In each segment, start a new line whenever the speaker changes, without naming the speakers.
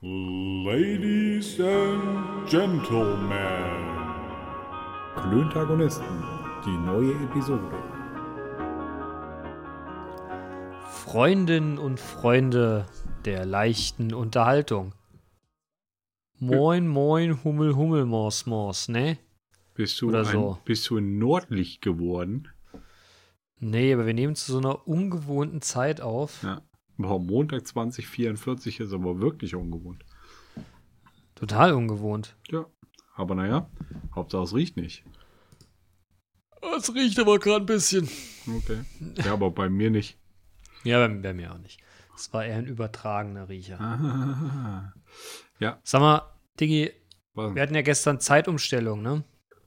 Ladies and Gentlemen.
Klöntagonisten, die neue Episode.
Freundinnen und Freunde der leichten Unterhaltung. Moin, moin, Hummel, Hummel, Mors, Mors, ne?
Bist du ein Nordlicht geworden?
Nee, aber wir nehmen zu so einer ungewohnten Zeit auf.
Ja. Boah, Montag 2044 ist aber wirklich ungewohnt.
Total ungewohnt.
Ja, aber naja, Hauptsache es riecht nicht.
Es riecht aber gerade ein bisschen.
Okay. Ja, aber bei mir nicht.
Ja, bei mir auch nicht. Es war eher ein übertragener Riecher.
Ah, ja.
Sag mal, Diggi,
Was?
wir hatten ja gestern Zeitumstellung, ne?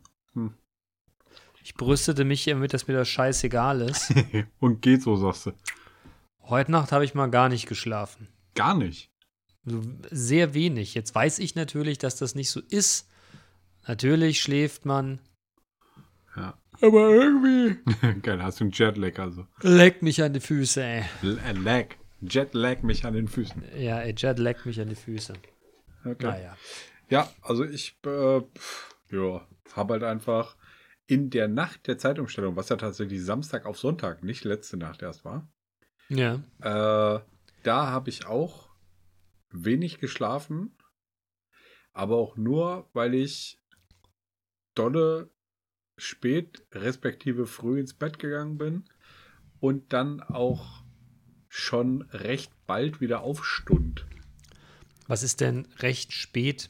Ich brüstete mich damit, dass mir das scheißegal ist.
Und geht so, sagst du.
Heute Nacht habe ich mal gar nicht geschlafen.
Gar nicht.
Also sehr wenig. Jetzt weiß ich natürlich, dass das nicht so ist. Natürlich schläft man.
Ja.
Aber irgendwie
Geil, hast du einen Jetlag also.
leckt mich an die Füße, ey.
Lag. Jetlag mich an den Füßen.
Ja, ey, Jet leckt mich an die Füße.
Okay.
Naja.
Ja, also ich habe halt einfach in der Nacht der Zeitumstellung, was ja tatsächlich Samstag auf Sonntag, nicht letzte Nacht erst war,
Ja.
da habe ich auch wenig geschlafen, aber auch nur, weil ich dolle spät, respektive früh ins Bett gegangen bin und dann auch schon recht bald wieder aufstund.
Was ist denn recht spät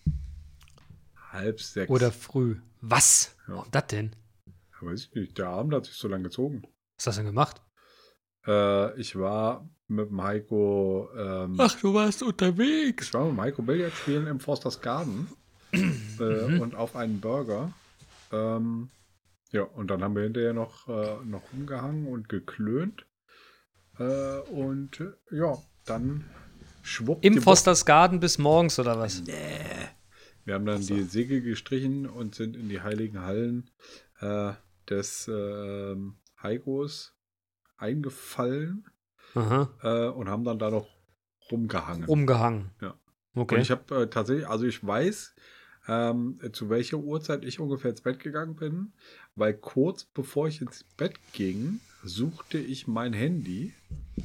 5:30.
oder früh? Was?
Ja.
Warum das denn?
Ja, weiß ich nicht, der Abend hat sich so lange gezogen.
Was hast du denn gemacht?
Ich war mit dem Heiko
Ach, du warst unterwegs.
ich war mit dem Heiko Billard spielen im Forsters Garden und auf einen Burger. Ja, und dann haben wir hinterher noch rumgehangen und geklönt. Ja, dann schwupp.
Im Fosters Garden bis morgens oder was?
Wir haben dann die Segel gestrichen und sind in die heiligen Hallen des Heikos eingefallen
Aha.
und haben dann da noch rumgehangen.
Umgehangen.
Ja.
Okay.
Und ich habe tatsächlich, also ich weiß, zu welcher Uhrzeit ich ungefähr ins Bett gegangen bin, weil kurz bevor ich ins Bett ging, suchte ich mein Handy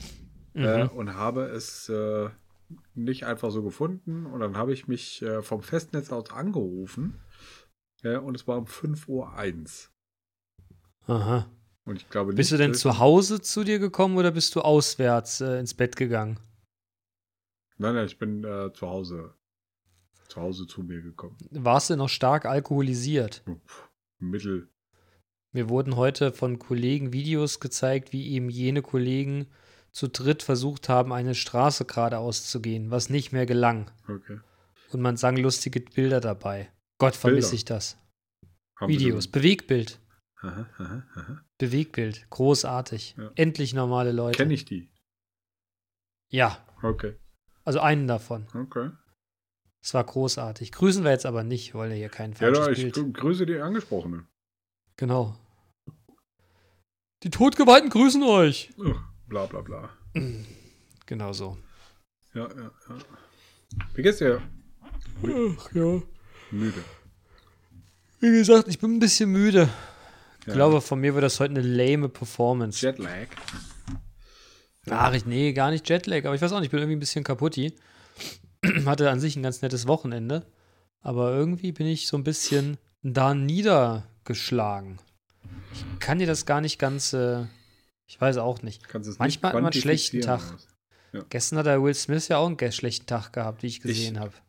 und habe es nicht einfach so gefunden. Und dann habe ich mich vom Festnetz aus angerufen und es war um 5:01 Uhr.
Aha.
Und ich glaube nicht.
Bist du denn zu Hause zu dir gekommen oder bist du auswärts ins Bett gegangen?
Nein, ich bin zu Hause zu mir gekommen.
Warst du noch stark alkoholisiert?
Mittel.
Mir wurden heute von Kollegen Videos gezeigt, wie eben jene Kollegen zu dritt versucht haben, eine Straße geradeaus zu gehen, was nicht mehr gelang.
Okay.
Und man sang lustige Bilder dabei. Gott, vermisse
Bilder?
ich das.
Haben Sie
Videos,
so-
Bewegbild.
Aha.
Bewegbild, großartig.
Ja.
Endlich normale Leute.
Kenne ich die?
Ja,
Okay.
also einen davon.
Okay.
Es war großartig. Grüßen wir jetzt aber nicht, wollen wir hier kein
Ja,
falsches
ich
Bild.
grüße die Angesprochene.
Genau. Die Todgeweihten grüßen euch.
Bla bla bla.
Genau so.
Ja. Wie geht's dir?
Ach ja.
Müde.
Wie gesagt, ich bin ein bisschen müde. Ich
Ja.
glaube, von mir wird das heute eine lame Performance.
Jetlag.
Ach, nee, gar nicht Jetlag, aber ich weiß auch nicht, ich bin irgendwie ein bisschen kaputti. Hatte an sich ein ganz nettes Wochenende, aber irgendwie bin ich so ein bisschen da niedergeschlagen. Ich kann dir das gar nicht ganz, ich weiß auch nicht.
Kannst es
Manchmal
nicht
hat man einen schlechten
quantifizieren
Tag.
aus.
Gestern hat der Will Smith ja auch einen schlechten Tag gehabt, wie ich gesehen habe.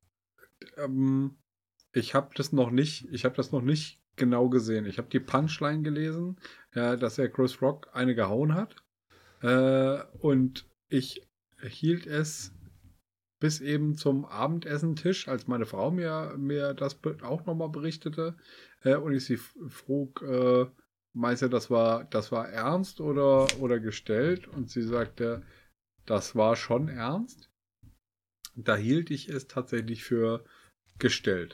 Ich habe das noch nicht genau gesehen. Ich habe die Punchline gelesen, dass er Chris Rock eine gehauen hat. Und ich hielt es bis eben zum Abendessentisch, als meine Frau mir das auch nochmal berichtete. Und ich sie frug, meinst du, das war ernst oder gestellt? Und sie sagte, das war schon ernst. Da hielt ich es tatsächlich für gestellt.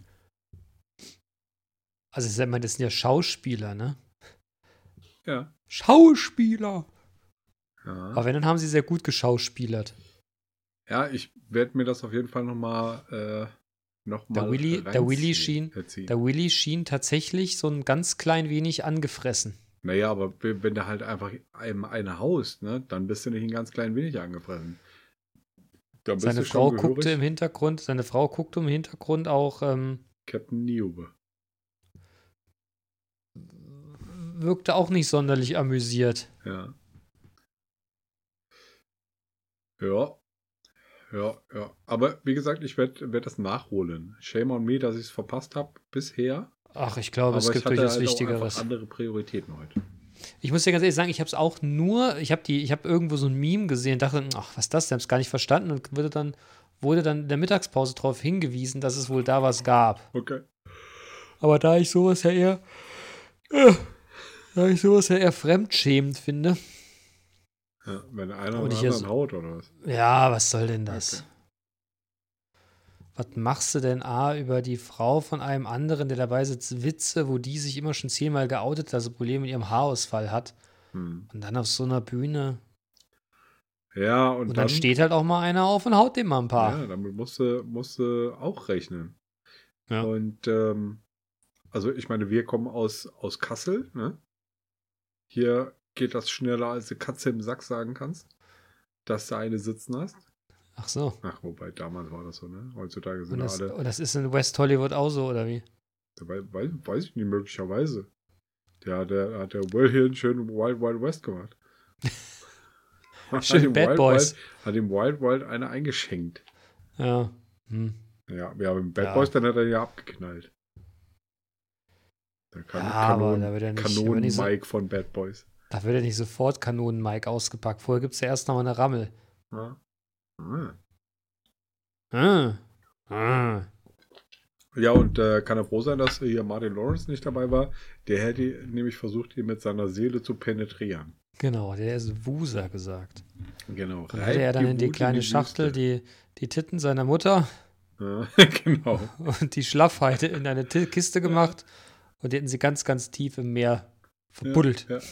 Also ich sag mal, das sind ja Schauspieler, ne?
Ja.
Schauspieler!
Ja.
Aber wenn, dann haben sie sehr gut geschauspielert.
Ja, ich werde mir das auf jeden Fall nochmal
Der Willy schien tatsächlich so ein ganz klein wenig angefressen.
Naja, aber wenn du halt einfach eine haust, ne, dann bist du nicht ein ganz klein wenig angefressen. Da bist
Seine
du
Frau
schon
guckte im Hintergrund auch
Captain Niobe.
wirkte auch nicht sonderlich amüsiert.
Ja. Ja. Ja. Aber wie gesagt, ich werd das nachholen. Shame on me, dass ich es verpasst habe bisher.
Ach, ich glaube, es
Aber
gibt
ich hatte
durchaus
halt auch
Wichtigeres.
einfach andere Prioritäten heute.
Ich muss dir ganz ehrlich sagen, ich habe es auch nur, ich habe irgendwo so ein Meme gesehen, dachte, ach, was ist das? Ich habe es gar nicht verstanden und wurde dann in der Mittagspause darauf hingewiesen, dass es wohl da was gab.
Okay.
Aber da ich sowas ja eher fremdschämend finde.
Ja, wenn einer
Und
einen
ich
anderen haut, oder was?
Ja, was soll denn das?
Okay.
Was machst du denn über die Frau von einem anderen, der dabei sitzt, Witze, wo die sich immer schon 10-mal geoutet hat, also Probleme mit ihrem Haarausfall hat. Und dann auf so einer Bühne.
Ja,
und dann steht halt auch mal einer auf und haut dem mal ein paar.
Ja, damit musst du auch rechnen.
Ja.
Und also ich meine, wir kommen aus Kassel, ne? Hier geht das schneller, als du Katze im Sack sagen kannst, dass du eine sitzen hast.
Ach so.
Ach, wobei, damals war das so, ne? Heutzutage
Und
sind alle...
das ist in West Hollywood auch so, oder wie?
Weiß ich nicht, möglicherweise. Der hat der Will hier einen schönen Wild Wild West gemacht.
Schön Bad Boys.
Hat ihm Wild Wild eine eingeschenkt.
Ja.
Ja, im Bad Boys, dann hat er ja abgeknallt.
Aber da wird er nicht,
Kanonen-Mike von Bad Boys.
Da wird er nicht sofort Kanonen-Mike ausgepackt. Vorher gibt es ja erst noch mal eine Rammel.
Ja. Ja, und kann er froh sein, dass hier Martin Lawrence nicht dabei war. Der hätte nämlich versucht, ihn mit seiner Seele zu penetrieren.
Genau, der ist Wuser gesagt.
Genau.
Dann hätte er dann in die kleine Schachtel die Titten seiner Mutter
genau.
und die Schlaffheit in eine Kiste gemacht und die hätten sie ganz, ganz tief im Meer verbuddelt.
Ja.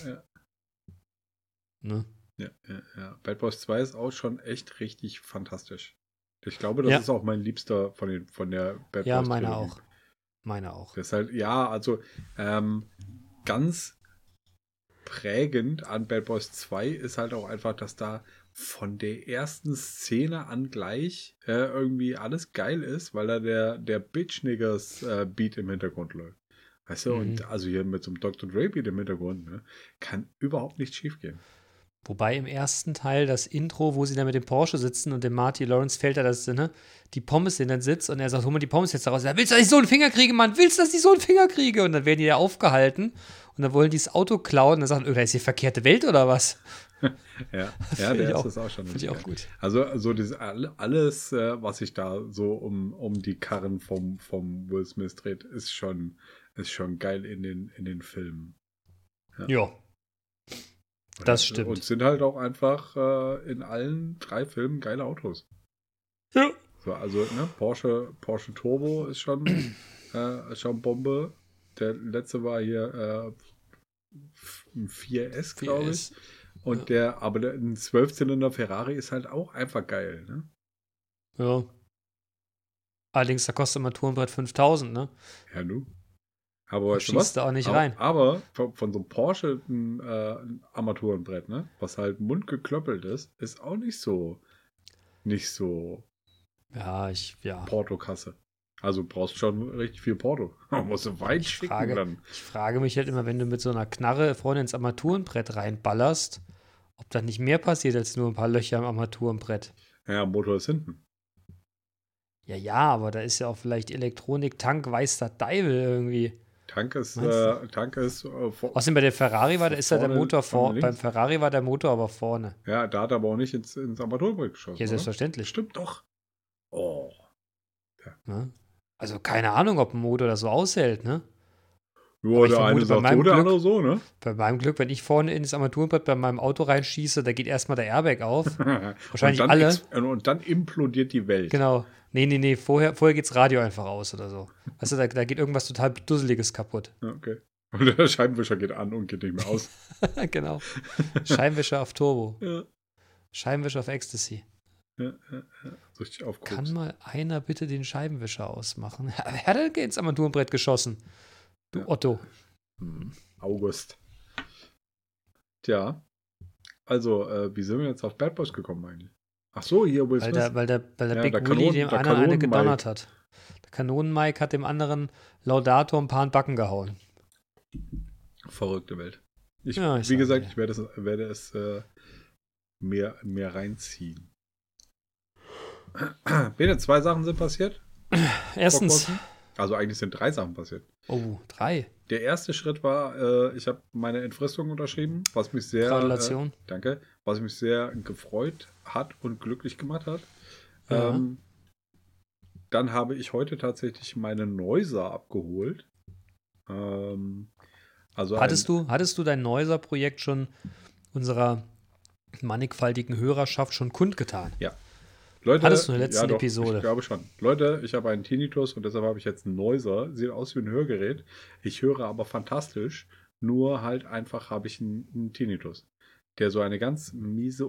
Ne?
Ja. Bad Boys 2 ist auch schon echt richtig fantastisch. Ich glaube, das ist auch mein Liebster von der Bad Boys. Ja,
meine auch.
Das ist halt, also ganz prägend an Bad Boys 2 ist halt auch einfach, dass da von der ersten Szene an gleich irgendwie alles geil ist, weil da der Bitch-Niggers Beat im Hintergrund läuft. Weißt du, und also hier mit so einem Dr. Dre Beat im Hintergrund, ne, kann überhaupt nicht schief gehen.
Wobei im ersten Teil das Intro, wo sie da mit dem Porsche sitzen und dem Marty Lawrence fällt da die Pommes in den Sitz und er sagt, hol mal die Pommes jetzt raus. Ja, willst du, dass ich so einen Finger kriege, Mann? Willst du, dass ich so einen Finger kriege? Und dann werden die ja aufgehalten und dann wollen die das Auto klauen und dann sagen, da ist die verkehrte Welt oder was?
Ja, der ist das auch schon.
Finde ich auch gut.
Also das alles, was sich da so um die Karren vom Will Smith dreht, ist schon geil in den Filmen.
Ja. Das stimmt.
Und sind halt auch einfach in allen 3 Filmen geile Autos.
Ja.
So, also, ne, Porsche Turbo ist schon Bombe. Der letzte war hier ein 4S, glaube ich. Und aber ein 12-Zylinder Ferrari ist halt auch einfach geil, ne?
Ja. Allerdings, da kostet ein Armaturenbrett 5.000, ne?
Ja, du. Aber weißt du
was? Da auch nicht rein.
Aber von so einem Porsche ein Armaturenbrett, ne? Was halt mundgeklöppelt ist auch nicht so Portokasse. Also brauchst schon richtig viel Porto. Man muss so weit schicken dann.
Ich frage mich halt immer, wenn du mit so einer Knarre vorne ins Armaturenbrett reinballerst, ob da nicht mehr passiert als nur ein paar Löcher im Armaturenbrett.
Ja, Motor ist hinten.
Ja, aber da ist ja auch vielleicht Elektronik, Tank, weiß der Teufel irgendwie.
Tank ist
außerdem bei der Ferrari ist ja der Motor vorne. Beim Ferrari war der Motor aber vorne.
Ja, da hat er aber auch nicht ins Armaturenbrett geschossen.
Ja, selbstverständlich.
Stimmt doch. Oh.
Ja. Also keine Ahnung, ob ein Motor das so aushält, ne?
Ja, der eine sagt so, der andere so, ne?
Bei meinem Glück, wenn ich vorne ins Armaturenbrett bei meinem Auto reinschieße, da geht erstmal der Airbag auf. Wahrscheinlich alle.
Und dann implodiert die Welt.
Genau. Nee, vorher geht's Radio einfach aus oder so. Weißt du, da geht irgendwas total Dusseliges kaputt.
Okay. Und der Scheibenwischer geht an und geht nicht mehr aus.
Genau. Scheibenwischer auf Turbo.
Ja.
Scheibenwischer auf Ecstasy.
So richtig aufgehoben.
Kann mal einer bitte den Scheibenwischer ausmachen? Er hat ins Armaturenbrett geschossen. Du
Ja.
Otto.
August. Tja. Also, wie sind wir jetzt auf Bad Boys gekommen eigentlich? Ach so, hier Will
Weil
Smith.
der
Ja,
Big
der
Willy
Kanon-
dem
der
anderen eine
Kanonen-Mike.
gedonnert hat. Der Kanonen-Mike hat dem anderen Laudator ein paar in den Backen gehauen.
Verrückte Welt.
Ja, ich
Wie
sag
gesagt,
dir.
ich werde es mehr reinziehen. Bene, 2 Sachen sind passiert.
Erstens.
Vor kurzem. Also eigentlich sind 3 Sachen passiert.
Oh, 3.
Der erste Schritt war, ich habe meine Entfristung unterschrieben, was mich sehr,
Gratulation.
danke, was mich sehr gefreut hat und glücklich gemacht hat.
Ja.
Dann habe ich heute tatsächlich meine Neuser abgeholt. Also
Hattest du dein Neuser-Projekt schon unserer mannigfaltigen Hörerschaft schon kundgetan?
Ja. Leute,
Hattest du in der letzten
doch,
Episode?
Ich glaube schon. Leute, ich habe einen Tinnitus und deshalb habe ich jetzt einen Neuser. Sieht aus wie ein Hörgerät. Ich höre aber fantastisch. Nur halt einfach habe ich einen Tinnitus, der so eine ganz miese,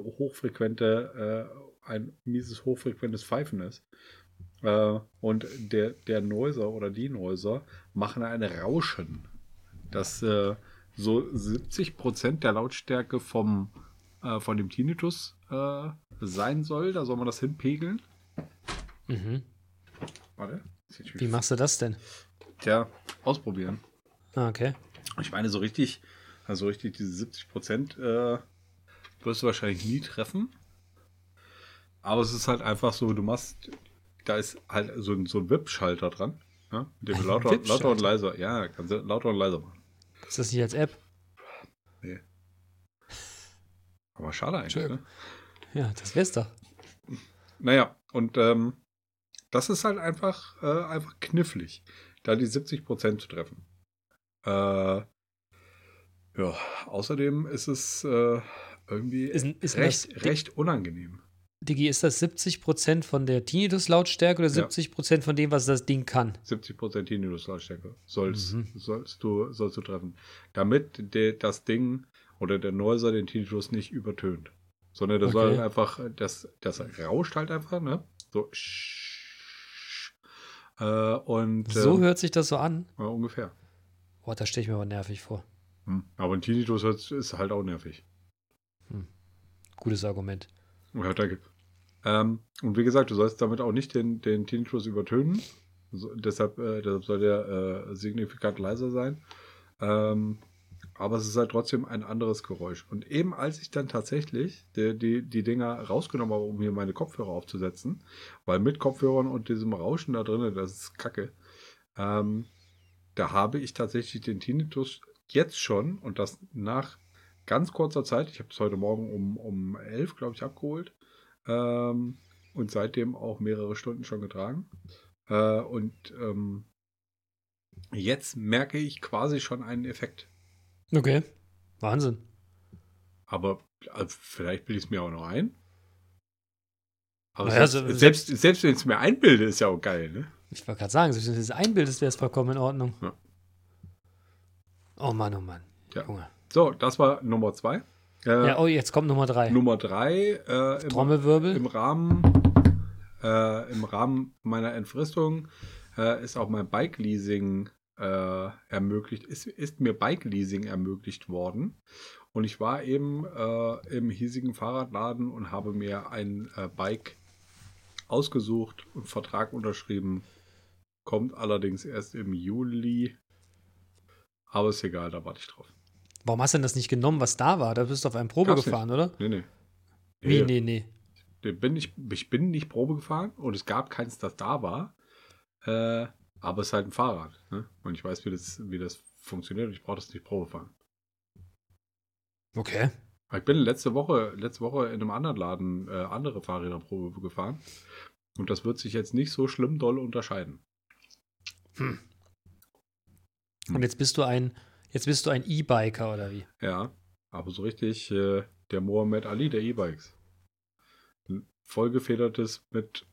ein mieses, hochfrequentes Pfeifen ist. Und der Neuser oder die Neuser machen ein Rauschen, das so 70% der Lautstärke von dem Tinnitus sein soll. Da soll man das hinpegeln.
Mhm.
Warte.
Wie machst du das denn?
Tja, ausprobieren.
Ah, okay.
Ich meine, so richtig diese 70% wirst du wahrscheinlich nie treffen. Aber es ist halt einfach so, da ist halt so ein VIP-Schalter dran. Ja? Mit dem lauter und leiser. Ja, kannst du lauter und leiser machen.
Ist das nicht als App?
Nee. Aber schade eigentlich,
Schön.
ne?
Ja, das wär's doch.
Naja, und das ist halt einfach knifflig, da die 70% zu treffen. Ja, außerdem ist es irgendwie
Ist
recht unangenehm.
Digi, ist das 70% von der Tinnitus-Lautstärke oder
Ja.
70% von dem, was das Ding kann?
70% Tinnitus-Lautstärke sollst du treffen. Damit das Ding oder der Neuser den Tinnitus nicht übertönt. Sondern der soll
Okay.
halt einfach, das rauscht halt einfach, ne? So. Und
So hört sich das so an.
ja, ungefähr.
Boah, das stelle ich mir aber nervig vor.
Aber ein Tinnitus ist halt auch nervig.
Gutes Argument.
Ja, danke. Und wie gesagt, du sollst damit auch nicht den Tinnitus übertönen. Deshalb soll der signifikant leiser sein. Aber es ist halt trotzdem ein anderes Geräusch. Und eben als ich dann tatsächlich die Dinger rausgenommen habe, um hier meine Kopfhörer aufzusetzen, weil mit Kopfhörern und diesem Rauschen da drin, das ist Kacke, da habe ich tatsächlich den Tinnitus jetzt schon und das nach ganz kurzer Zeit, ich habe es heute Morgen um 11, glaube ich, abgeholt, und seitdem auch mehrere Stunden schon getragen. Jetzt merke ich quasi schon einen Effekt.
Okay. Wahnsinn.
Aber vielleicht bilde ich es mir auch noch ein. Aber
Naja,
selbst wenn ich es mir einbilde, ist ja auch geil, ne?
Ich wollte gerade sagen, selbst wenn du das einbildest, wäre es vollkommen in Ordnung.
Ja.
Oh Mann, oh Mann.
Ja.
Junge.
So, das war Nummer 2.
Ja, oh, jetzt kommt Nummer 3.
Nummer 3
Trommelwirbel.
im Rahmen meiner Entfristung ist auch mein Bike-Leasing ist mir Bike-Leasing ermöglicht worden. Und ich war eben im hiesigen Fahrradladen und habe mir ein Bike ausgesucht und Vertrag unterschrieben. Kommt allerdings erst im Juli. Aber ist egal, da warte ich drauf.
Warum hast du denn das nicht genommen, was da war? Da bist du auf einem Probe
Gab's
gefahren,
nicht.
oder?
Nee.
Wie? Nee.
Ich bin nicht Probe gefahren und es gab keins, das da war. Aber es ist halt ein Fahrrad. Ne? Und ich weiß, wie das funktioniert und ich brauche das nicht Probe fahren.
Okay.
Ich bin letzte Woche in einem anderen Laden andere Fahrräder Probe gefahren. Und das wird sich jetzt nicht so schlimm doll unterscheiden.
Und jetzt bist du ein E-Biker, oder wie?
Ja, aber so richtig der Mohammed Ali der E-Bikes. Ein vollgefedertes mit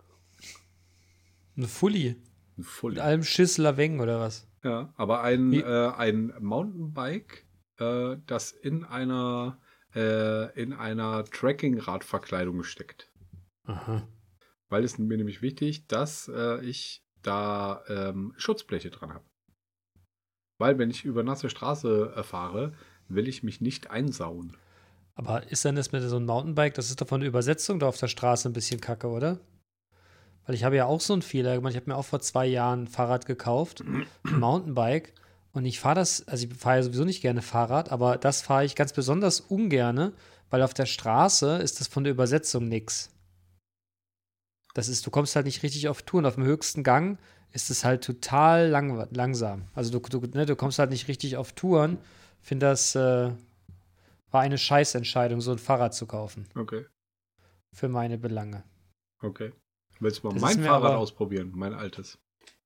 Ein Fully. Mit allem Schissler-Weng, oder was?
Ja, aber ein Mountainbike, das in einer Trekking-Radverkleidung steckt.
Aha.
Weil es mir nämlich wichtig, dass ich da Schutzbleche dran habe. Weil wenn ich über nasse Straße fahre, will ich mich nicht einsauen.
Aber ist denn das mit so einem Mountainbike, das ist doch von der Übersetzung da auf der Straße ein bisschen kacke, oder? Weil ich habe ja auch so einen Fehler gemacht. Ich habe mir auch vor 2 Jahren ein Fahrrad gekauft, ein Mountainbike. Und ich fahre das, also ich fahre ja sowieso nicht gerne Fahrrad, aber das fahre ich ganz besonders ungerne, weil auf der Straße ist das von der Übersetzung nix. Das ist, du kommst halt nicht richtig auf Touren. Auf dem höchsten Gang ist es halt total langsam. Also du kommst halt nicht richtig auf Touren. Ich finde, das war eine Scheißentscheidung, so ein Fahrrad zu kaufen.
Okay.
Für meine Belange.
Okay. Willst du mal
Das
mein
ist mir
Fahrrad
aber-
ausprobieren? Mein altes.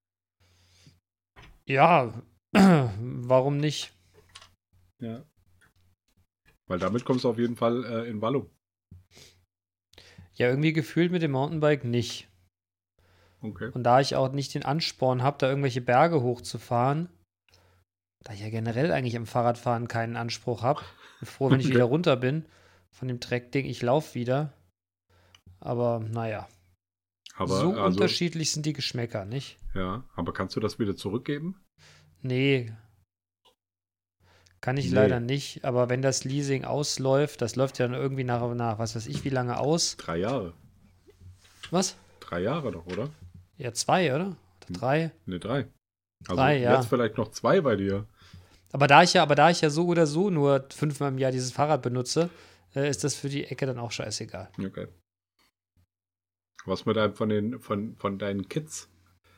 Ja, warum nicht?
Ja. Weil damit kommst du auf jeden Fall in Wallung.
Ja, irgendwie gefühlt mit dem Mountainbike nicht.
Okay.
Und da ich auch nicht den Ansporn habe, da irgendwelche Berge hochzufahren, da ich ja generell eigentlich am Fahrradfahren keinen Anspruch habe, bin froh, wenn ich
Okay.
wieder runter bin von dem Dreckding, ich laufe wieder. Aber naja,
Aber
so
also,
unterschiedlich sind die Geschmäcker, nicht?
ja, aber kannst du das wieder zurückgeben?
Nee, kann ich
Nee.
leider nicht. Aber wenn das Leasing ausläuft, das läuft ja dann irgendwie nach was weiß ich, wie lange aus.
3 Jahre.
Was?
3 Jahre doch, oder?
Ja, 2, oder? Oder 3?
Ne, 3. Also
3, ja.
jetzt vielleicht noch 2 bei dir.
Aber da ich ja so oder so nur 5-mal im Jahr dieses Fahrrad benutze, ist das für die Ecke dann auch scheißegal.
Okay. Was mit einem von deinen Kids?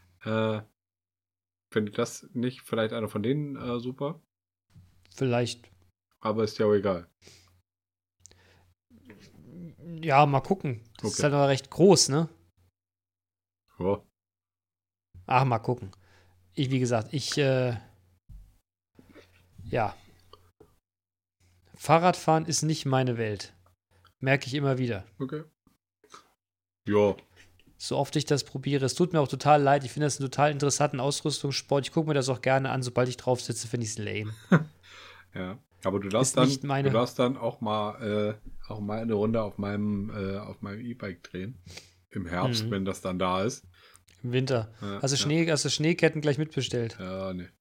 Findet das nicht vielleicht einer von denen super?
Vielleicht,
Aber ist ja auch egal.
ja, mal gucken. Das ist
Okay.
halt aber recht groß, ne?
Ja.
Ach, mal gucken. Wie gesagt, ja. Fahrradfahren ist nicht meine Welt. Merke ich immer wieder.
Okay. Ja.
So oft ich das probiere. Es tut mir auch total leid. Ich finde das einen total interessanten Ausrüstungssport. Ich gucke mir das auch gerne an. Sobald ich drauf sitze, finde ich es lame.
Ja. Aber du
Ist
darfst
nicht meine-
dann auch mal eine Runde auf meinem E-Bike drehen. Im Herbst,
Mhm.
wenn das dann da ist.
Im Winter.
Ja,
Hast du
ja.
Schneeketten gleich mitbestellt?
Ja, nee.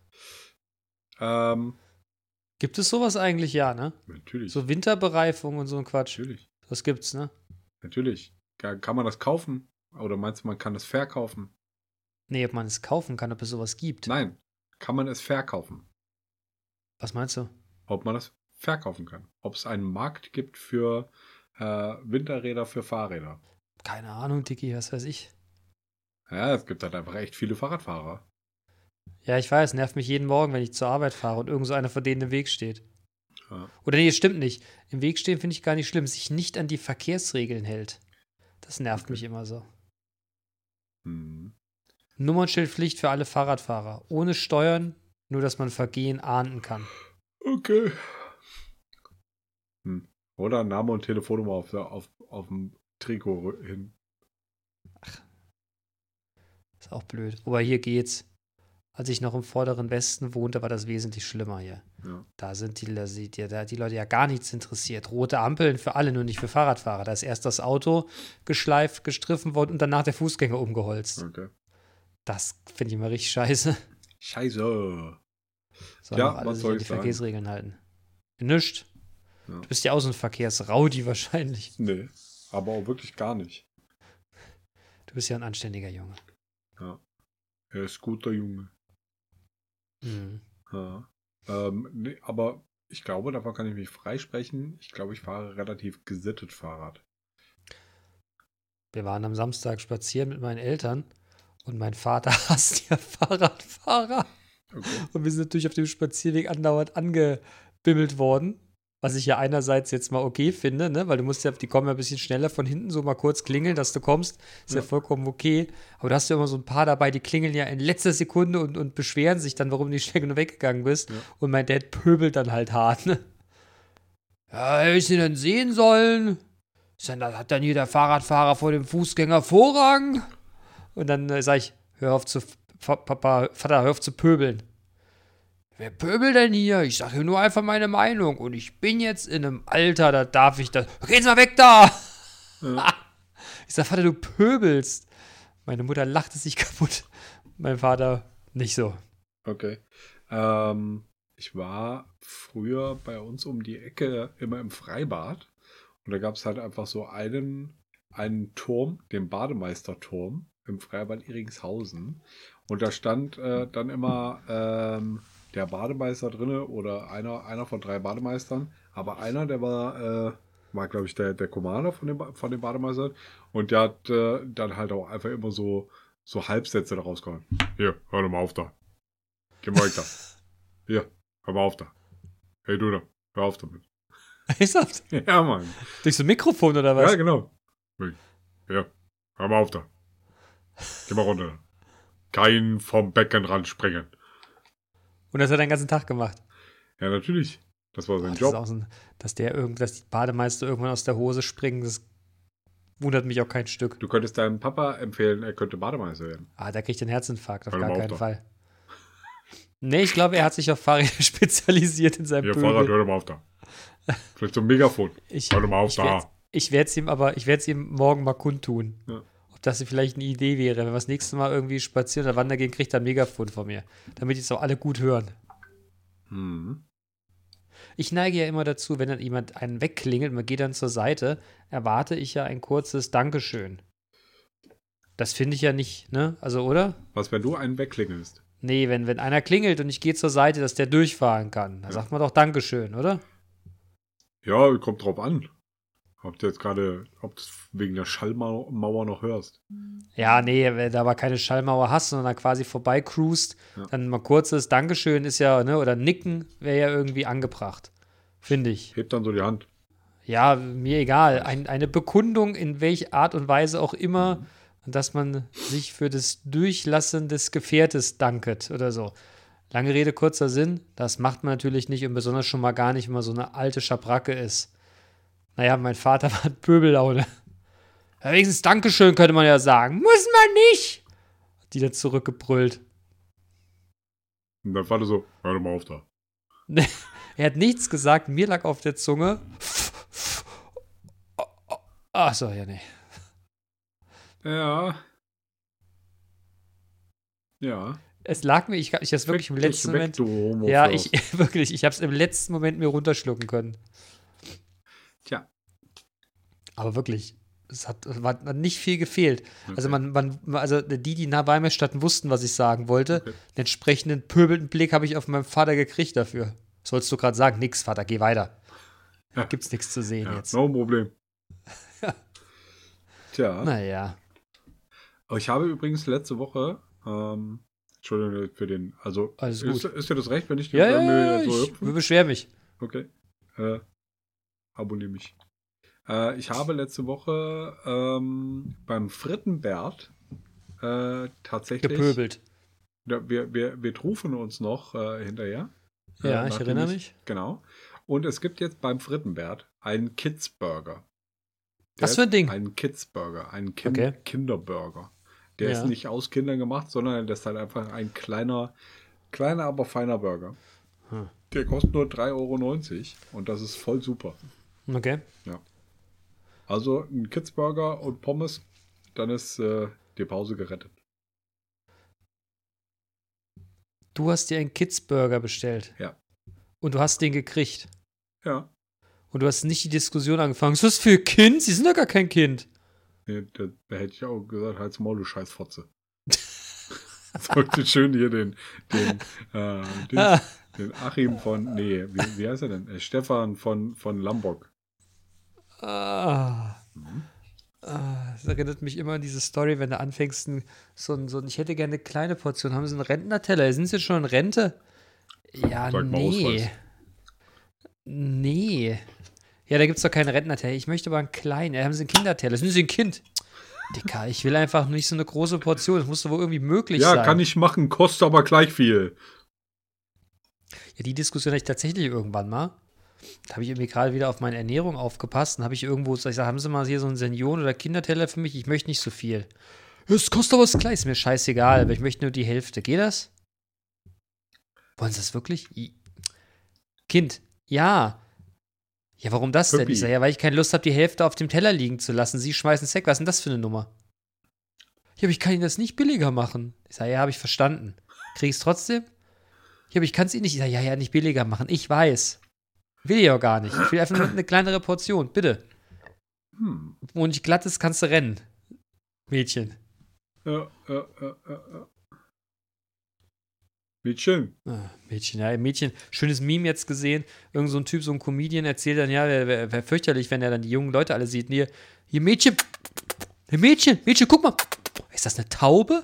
Gibt es sowas eigentlich? Ja, ne?
Natürlich.
So Winterbereifung und so ein Quatsch.
Natürlich.
Das gibt's, ne?
Natürlich. Kann man das kaufen? Oder meinst du, man kann es verkaufen?
Nee, ob man es kaufen kann, ob es sowas gibt.
Nein. Kann man es verkaufen?
Was meinst du?
Ob man es verkaufen kann? Ob es einen Markt gibt für Winterräder für Fahrräder?
Keine Ahnung, Dicky, was weiß ich.
Ja, es gibt halt einfach echt viele Fahrradfahrer.
Ja, ich weiß, nervt mich jeden Morgen, wenn ich zur Arbeit fahre und irgend so einer von denen im Weg steht.
Ja.
Oder nee, stimmt nicht. Im Weg stehen finde ich gar nicht schlimm, sich nicht an die Verkehrsregeln hält. Das nervt
Okay.
mich immer so.
Hm.
Nummernschildpflicht für alle Fahrradfahrer. Ohne Steuern, nur dass man Vergehen ahnden kann.
Okay. Oder Name und Telefonnummer auf dem Trikot hin.
Ist auch blöd. Aber hier geht's. Als ich noch im vorderen Westen wohnte, war das wesentlich schlimmer hier.
Ja.
Da sind die Leute ja gar nichts interessiert. Rote Ampeln für alle, nur nicht für Fahrradfahrer. Da ist erst das Auto geschleift, gestriffen worden und danach der Fußgänger umgeholzt.
Okay.
Das finde ich immer richtig scheiße.
Scheiße.
Sollen
Ja,
doch alle
was
sich
soll
an die
ich sagen?
Verkehrsregeln halten. Nischt.
Ja.
Du bist ja auch so ein Verkehrsraudi wahrscheinlich.
Nee, aber auch wirklich gar nicht.
Du bist ja ein anständiger Junge.
Ja. Er ist guter Junge.
Mhm.
Ja. Nee, aber ich glaube, davon kann ich mich freisprechen. Ich glaube, ich fahre relativ gesittet Fahrrad.
Wir waren am Samstag spazieren mit meinen Eltern und mein Vater hasst ja Fahrradfahrer.
Okay.
Und wir sind natürlich auf dem Spazierweg andauernd angebimmelt worden. Was ich ja einerseits jetzt mal okay finde, ne? Weil du musst ja, die kommen ja ein bisschen schneller von hinten, so mal kurz klingeln, dass du kommst. Ist ja
Ja.
vollkommen okay. Aber du hast ja immer so ein paar dabei, die klingeln ja in letzter Sekunde und beschweren sich dann, warum du nicht schnell genug weggegangen bist.
Ja.
Und mein Dad pöbelt dann halt hart, ne? Ja, hätte ich sie denn sehen sollen? Hat dann hier der Fahrradfahrer vor dem Fußgänger Vorrang? Und dann sag ich, Vater, hör auf zu pöbeln. Wer pöbelt denn hier? Ich sage hier nur einfach meine Meinung. Und ich bin jetzt in einem Alter, da darf ich das. Geh jetzt mal weg da!
Ja.
Ich sag, Vater, du pöbelst. Meine Mutter lachte sich kaputt. Mein Vater nicht so.
Okay. Ich war früher bei uns um die Ecke immer im Freibad. Und da gab es halt einfach so einen Turm, den Bademeisterturm im Freibad Iringshausen. Und da stand dann immer der Bademeister drinne oder einer von 3 Bademeistern. Aber einer, der war glaube ich, der Commander von dem Bademeister. Und der hat dann halt auch einfach immer so Halbsätze da rausgehauen. Hier, hör doch mal auf da. Geh mal weg da. Hier, hör mal auf da. Hey du da, hör auf damit.
Ernsthaft?
Ja, Mann.
Durch so ein Mikrofon oder was?
Ja, genau. Ja, hör mal auf da. Geh mal runter. Kein vom Beckenrand springen.
Und das hat er den ganzen Tag gemacht.
Ja, natürlich. Das war sein
Das
Job.
ist auch so dass die Bademeister irgendwann aus der Hose springen, das wundert mich auch kein Stück.
Du könntest deinem Papa empfehlen, er könnte Bademeister werden.
Der kriegt den Herzinfarkt, auf
Hör
gar
mal auf
keinen
da.
Fall. Nee, ich glaube, er hat sich auf Fahrräder spezialisiert in seinem
Hier,
Pöbel.
Fahrrad, hör doch mal auf da. Vielleicht so ein Megafon. Hör doch mal auf da.
Ich werde es ihm morgen mal kundtun.
Ja.
Ob das vielleicht eine Idee wäre. Wenn wir das nächste Mal irgendwie spazieren oder wandern gehen, kriegt er ein Megafon von mir. Damit die es auch alle gut hören.
Hm.
Ich neige ja immer dazu, wenn dann jemand einen wegklingelt und man geht dann zur Seite, erwarte ich ja ein kurzes Dankeschön. Das finde ich ja nicht, ne? Also, oder?
Was, wenn du einen wegklingelst?
Nee, wenn einer klingelt und ich gehe zur Seite, dass der durchfahren kann. Da sagt man doch Dankeschön, oder?
Ja, kommt drauf an. Ob du wegen der Schallmauer noch hörst.
Ja, nee, wenn du aber keine Schallmauer hast, sondern dann quasi vorbei cruist, dann mal kurzes Dankeschön ist ja, ne, oder Nicken wäre ja irgendwie angebracht. Finde ich.
Hebt dann so die Hand.
Ja, mir egal. Eine Bekundung, in welcher Art und Weise auch immer, dass man sich für das Durchlassen des Gefährtes danket oder so. Lange Rede, kurzer Sinn, das macht man natürlich nicht und besonders schon mal gar nicht, wenn man so eine alte Schabracke ist. Naja, mein Vater war Pöbellaune. Ja, wenigstens Dankeschön könnte man ja sagen. Muss man nicht! Hat die dann zurückgebrüllt.
Und dann war du so, hör doch mal auf da.
Er hat nichts gesagt, mir lag auf der Zunge. Ach so, ja, nee.
Ja. Ja.
Es lag mir, ich habe es wirklich im letzten Moment.
Ja,
ich habe es im letzten Moment mir runterschlucken können.
Tja.
Aber wirklich, hat nicht viel gefehlt. Okay. Also die nah bei mir standen, wussten, was ich sagen wollte. Okay. Den entsprechenden pöbelnden Blick habe ich auf meinen Vater gekriegt dafür. Sollst du gerade sagen, nix, Vater, geh weiter. Ja. Gibt's nichts zu sehen jetzt.
No Problem.
Ja.
Tja.
Naja.
Ich habe übrigens letzte Woche, Entschuldigung für den, also
alles gut.
Ist dir das recht, wenn ich
dir ich beschwere mich.
Okay. Abonniere mich. Ich habe letzte Woche beim Frittenbert tatsächlich
gepöbelt.
Wir rufen uns noch hinterher.
Ja, ich erinnere mich.
Genau. Und es gibt jetzt beim Frittenbert einen Kids-Burger.
Was für ein Ding?
Ein Kids-Burger, ein Kinderburger. Der ist nicht aus Kindern gemacht, sondern der ist halt einfach ein kleiner, aber feiner Burger. Der kostet nur 3,90 € und das ist voll super.
Okay.
Ja. Also ein Kids-Burger und Pommes, dann ist die Pause gerettet.
Du hast dir einen Kids-Burger bestellt.
Ja.
Und du hast den gekriegt.
Ja.
Und du hast nicht die Diskussion angefangen. Ist das für Kind? Sie sind ja gar kein Kind.
Nee, da hätte ich auch gesagt, halt's Maul, du Scheißfotze. Sollte schön hier den Achim von, wie heißt er denn? Stefan von Lambok.
Das erinnert mich immer an diese Story, wenn du anfängst, ich hätte gerne eine kleine Portion. Haben Sie einen Rentnerteller? Sind Sie jetzt schon in Rente? Ja, nee. Nee. Ja, da gibt es doch keinen Rentnerteller. Ich möchte aber einen kleinen. Haben Sie einen Kinderteller? Sind Sie ein Kind? Dicker, ich will einfach nicht so eine große Portion. Das muss doch wohl irgendwie möglich sein.
Ja, kann ich machen, kostet aber gleich viel.
Ja, die Diskussion hatte ich tatsächlich irgendwann mal. Da habe ich irgendwie gerade wieder auf meine Ernährung aufgepasst. Dann habe ich irgendwo gesagt, haben Sie mal hier so einen Senioren- oder Kinderteller für mich? Ich möchte nicht so viel. Es kostet aber das gleich. Ist mir scheißegal, aber ich möchte nur die Hälfte. Geht das? Wollen Sie das wirklich? Kind, ja. Ja, warum das denn?
Püppi.
Ich sage, ja, weil ich keine Lust habe, die Hälfte auf dem Teller liegen zu lassen. Sie schmeißen es weg. Was ist denn das für eine Nummer? Ja, aber ich kann Ihnen das nicht billiger machen. Ich sage, ja, habe ich verstanden. Krieg ich es trotzdem? Ja, aber ich kann es Ihnen nicht. Ich sage, ja, nicht billiger machen. Ich weiß. Will ich auch gar nicht. Ich will einfach nur eine kleinere Portion. Bitte. Wo nicht glatt ist, kannst du rennen. Mädchen.
Ja. Mädchen.
Mädchen, ja, Mädchen. Schönes Meme jetzt gesehen. Irgend so ein Typ, so ein Comedian erzählt dann, ja, wäre fürchterlich, wenn er dann die jungen Leute alle sieht. Nee, hier, Mädchen. Hey, Mädchen, guck mal. Ist das eine Taube?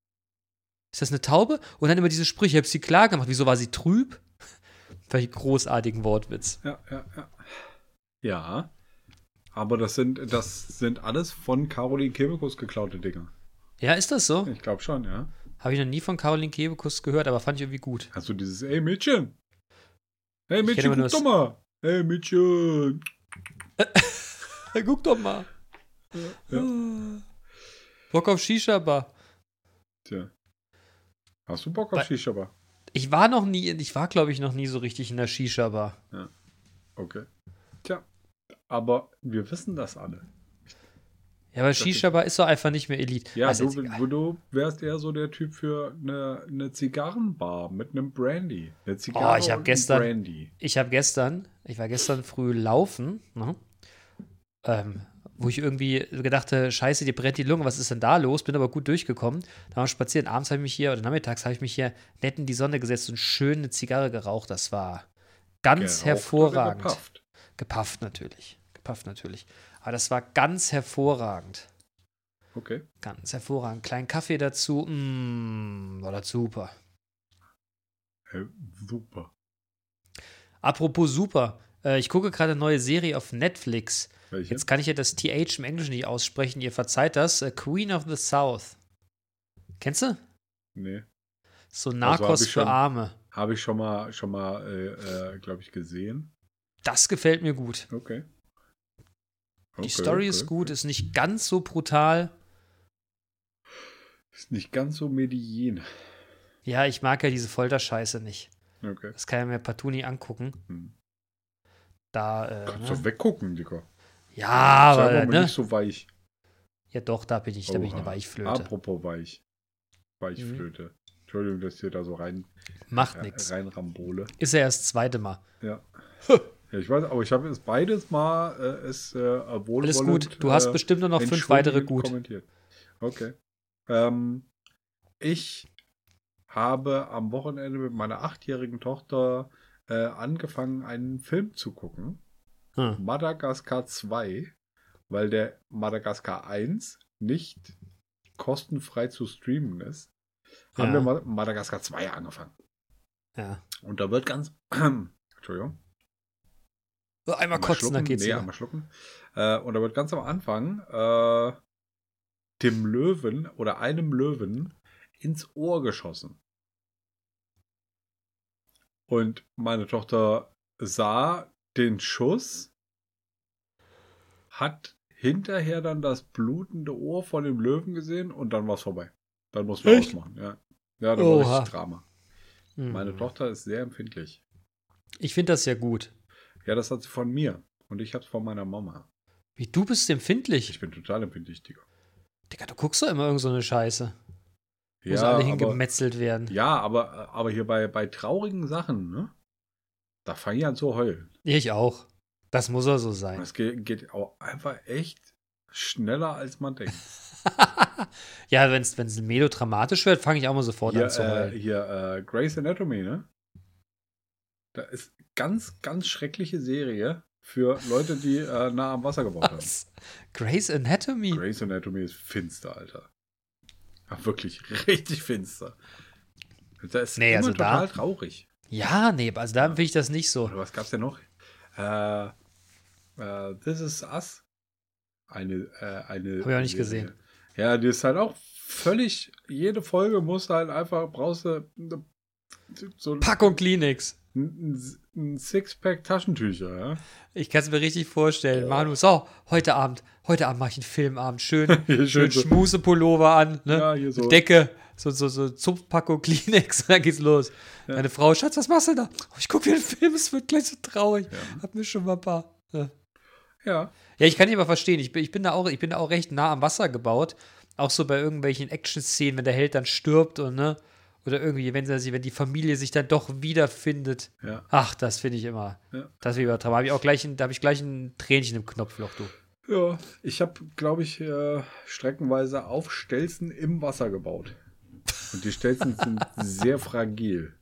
Und dann immer diese Sprüche. Ich habe sie klar gemacht. Wieso war sie trüb? Welch großartigen Wortwitz.
Ja. Ja. Aber das sind alles von Caroline Kebekus geklaute Dinger.
Ja, ist das so?
Ich glaube schon, ja.
Habe ich noch nie von Caroline Kebekus gehört, aber fand ich irgendwie gut.
Hast du dieses, ey Mädchen. Hey
Ich
Mädchen,
kenne immer
guck doch mal. Hey Mädchen.
Guck doch mal.
Ja.
Bock auf Shisha-Bar.
Tja. Hast du Bock auf Shisha-Bar?
Ich war, glaube ich, noch nie so richtig in der Shisha-Bar.
Ja. Okay. Tja. Aber wir wissen das alle.
Ja, aber Shisha-Bar ist doch einfach nicht mehr Elite.
Ja,
Also
du wärst eher so der Typ für eine Zigarrenbar mit einem Brandy. Eine
ich
Zigarre
habe
und
gestern,
ein Brandy.
ich war gestern früh laufen, ne? Wo ich irgendwie gedachte, scheiße, dir brennt die Lunge, was ist denn da los? Bin aber gut durchgekommen. Da war ich spazieren. Abends habe ich mich hier, oder nachmittags habe ich mich hier nett in die Sonne gesetzt und schön eine Zigarre geraucht. Das war ganz
Geraucht
hervorragend.
oder gepafft?
Gepafft natürlich. Aber das war ganz hervorragend.
Okay.
Ganz hervorragend. Kleinen Kaffee dazu. War das super.
Super.
Apropos super. Ich gucke gerade eine neue Serie auf Netflix.
Welche?
Jetzt kann ich ja das TH im Englischen nicht aussprechen. Ihr verzeiht das. Queen of the South. Kennst du?
Nee.
So Narcos für Arme.
Habe ich schon mal glaube ich, gesehen.
Das gefällt mir gut.
Okay.
Die Story ist gut, ist nicht ganz so brutal.
Ist nicht ganz so Medellin.
Ja, ich mag ja diese Folterscheiße nicht.
Okay.
Das kann ich mir partout nie angucken. Da,
Kannst du weggucken, Dicker.
Ja, aber,
Sei mal
ne?
nicht so weich.
Ja, doch, da bin ich eine Weichflöte.
Apropos Weichflöte. Entschuldigung, dass ich hier da so
Macht nix.
reinrambole.
Ist ja erst das zweite Mal.
Ja. Ja, ich weiß, aber ich habe es beides mal wohlwollend.
Alles gut. Du hast bestimmt nur noch 5 weitere gut.
Kommentiert. Okay. Ich habe am Wochenende mit meiner 8-jährigen Tochter angefangen, einen Film zu gucken. Madagaskar 2, weil der Madagaskar 1 nicht kostenfrei zu streamen ist. Haben wir Madagaskar 2 angefangen.
Ja.
Und da wird ganz Entschuldigung.
Einmal kotzen, dann geht's wieder.
Einmal schlucken. Und da wird ganz am Anfang dem Löwen oder einem Löwen ins Ohr geschossen. Und meine Tochter sah den Schuss, hat hinterher dann das blutende Ohr von dem Löwen gesehen und dann war es vorbei. Dann mussten wir ausmachen. Ja, dann war richtig Drama. Meine Tochter ist sehr empfindlich.
Ich finde das ja gut.
Ja, das hat sie von mir. Und ich hab's von meiner Mama.
Wie, du bist empfindlich?
Ich bin total empfindlich, Digga.
Digga, du guckst doch immer irgend so eine Scheiße. Wo
Ja,
sie alle hingemetzelt werden.
Ja, aber hier bei traurigen Sachen, ne? Da fange ich an zu heulen.
Ich auch. Das muss ja so sein.
Das geht auch einfach echt schneller, als man denkt.
Ja, wenn es melodramatisch wird, fange ich auch mal sofort an zu heulen.
Hier, Grey's Anatomy, ne? Da ist ganz, ganz schreckliche Serie für Leute, die nah am Wasser gebaut haben.
Grey's Anatomy?
Grey's Anatomy ist finster, Alter. Ja, wirklich richtig finster. Das ist immer total traurig.
Ja, nee, also da finde ich das nicht so.
Oder was gab's denn noch? This Is Us. Habe
ich auch nicht gesehen.
Ja, die ist halt auch völlig, jede Folge brauchst du so
Packung Kleenex.
Ein Sixpack Taschentücher, ja.
Ich kann es mir richtig vorstellen. Manu, so, heute Abend mache ich einen Filmabend. Schön
so.
Schmusepullover an, ne?
Ja, hier so.
Decke, so Zupfpackung Kleenex, dann geht's los. Ja. Meine Frau, Schatz, was machst du da? Oh, ich gucke mir einen Film, es wird gleich so traurig. Ja. Hab mir schon mal ein paar
Ja.
Ja, ich kann dich aber verstehen. Ich bin da auch recht nah am Wasser gebaut. Auch so bei irgendwelchen Action-Szenen, wenn der Held dann stirbt und, ne? Oder irgendwie, wenn die Familie sich dann doch wiederfindet.
Ja.
Ach, das finde ich immer.
Ja.
Das ist übertrieben. Da habe ich gleich ein Tränchen im Knopfloch, du.
Ja, ich habe, glaube ich, streckenweise auf Stelzen im Wasser gebaut. Und die Stelzen sind sehr fragil.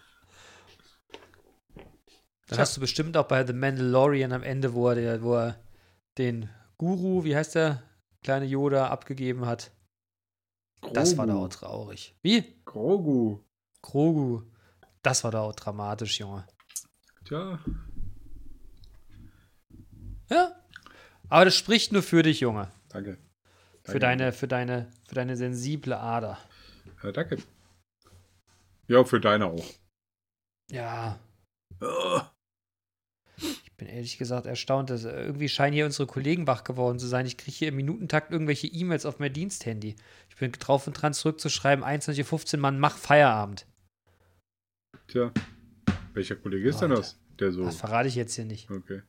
Dann hast du bestimmt auch bei The Mandalorian am Ende, wo er den Guru, wie heißt der, kleine Yoda, abgegeben hat.
Grogu.
Das war da auch traurig. Wie?
Grogu.
Grogu. Das war da auch dramatisch, Junge.
Tja.
Ja. Aber das spricht nur für dich, Junge.
Danke.
Für deine sensible Ader.
Ja, danke. Ja, für deine auch.
Ja. Ich bin ehrlich gesagt erstaunt, dass irgendwie scheinen hier unsere Kollegen wach geworden zu sein. Ich kriege hier im Minutentakt irgendwelche E-Mails auf mein Diensthandy. Ich bin drauf und dran zurückzuschreiben, 21:15 Uhr, Mann, mach Feierabend.
Tja. Welcher Kollege ist denn das? Der so.
Das verrate ich jetzt hier nicht.
Okay.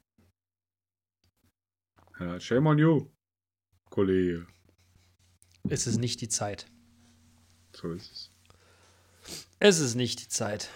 Ja, shame on you, Kollege.
Es ist nicht die Zeit.
So ist es.
Es ist nicht die Zeit.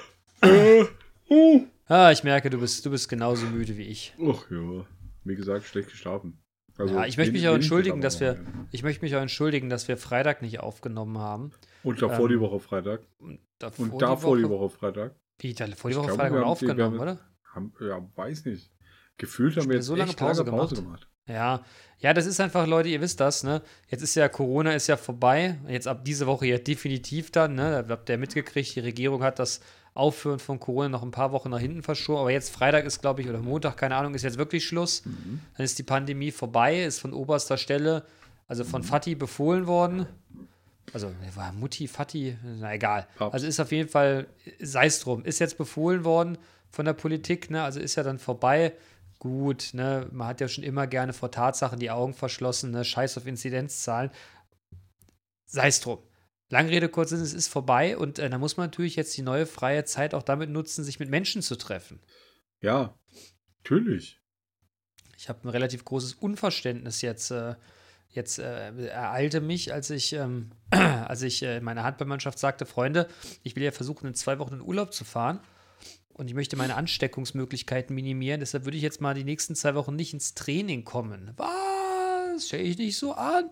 Ich merke, du bist genauso müde wie ich.
Ach ja. Wie gesagt, schlecht geschlafen. Also,
Ja, ich möchte mich auch entschuldigen, dass wir
ja.
Freitag nicht aufgenommen haben.
Und davor die Woche Freitag. Und davor die Woche Freitag.
Wie, vor die Woche
glaube,
Freitag
wir
haben wir
haben
aufgenommen, oder?
Ja, weiß nicht. Gefühlt haben wir jetzt
so lange
echt
Pause
gemacht.
Ja, das ist einfach, Leute, ihr wisst das, ne? Jetzt ist ja Corona ist ja vorbei. Jetzt ab diese Woche ja definitiv dann, ne? Da habt ihr mitgekriegt, die Regierung hat das Aufhören von Corona noch ein paar Wochen nach hinten verschoben. Aber jetzt Freitag ist, glaube ich, oder Montag, keine Ahnung, ist jetzt wirklich Schluss. Dann ist die Pandemie vorbei, ist von oberster Stelle, also von Fatih befohlen worden. Also, war Mutti, Fatih, na egal.
Papst.
Also ist auf jeden Fall, sei es drum, ist jetzt befohlen worden von der Politik, ne? Also ist ja dann vorbei. Gut, ne? Man hat ja schon immer gerne vor Tatsachen die Augen verschlossen, ne? Scheiß auf Inzidenzzahlen. Sei es drum. Lange Rede, kurzer Sinn, es ist vorbei und da muss man natürlich jetzt die neue freie Zeit auch damit nutzen, sich mit Menschen zu treffen.
Ja, natürlich.
Ich habe ein relativ großes Unverständnis jetzt ereilte mich, als ich meiner Handballmannschaft sagte, Freunde, ich will ja versuchen, in 2 Wochen in Urlaub zu fahren und ich möchte meine Ansteckungsmöglichkeiten minimieren, deshalb würde ich jetzt mal die nächsten 2 Wochen nicht ins Training kommen. Was? Stell ich nicht so an?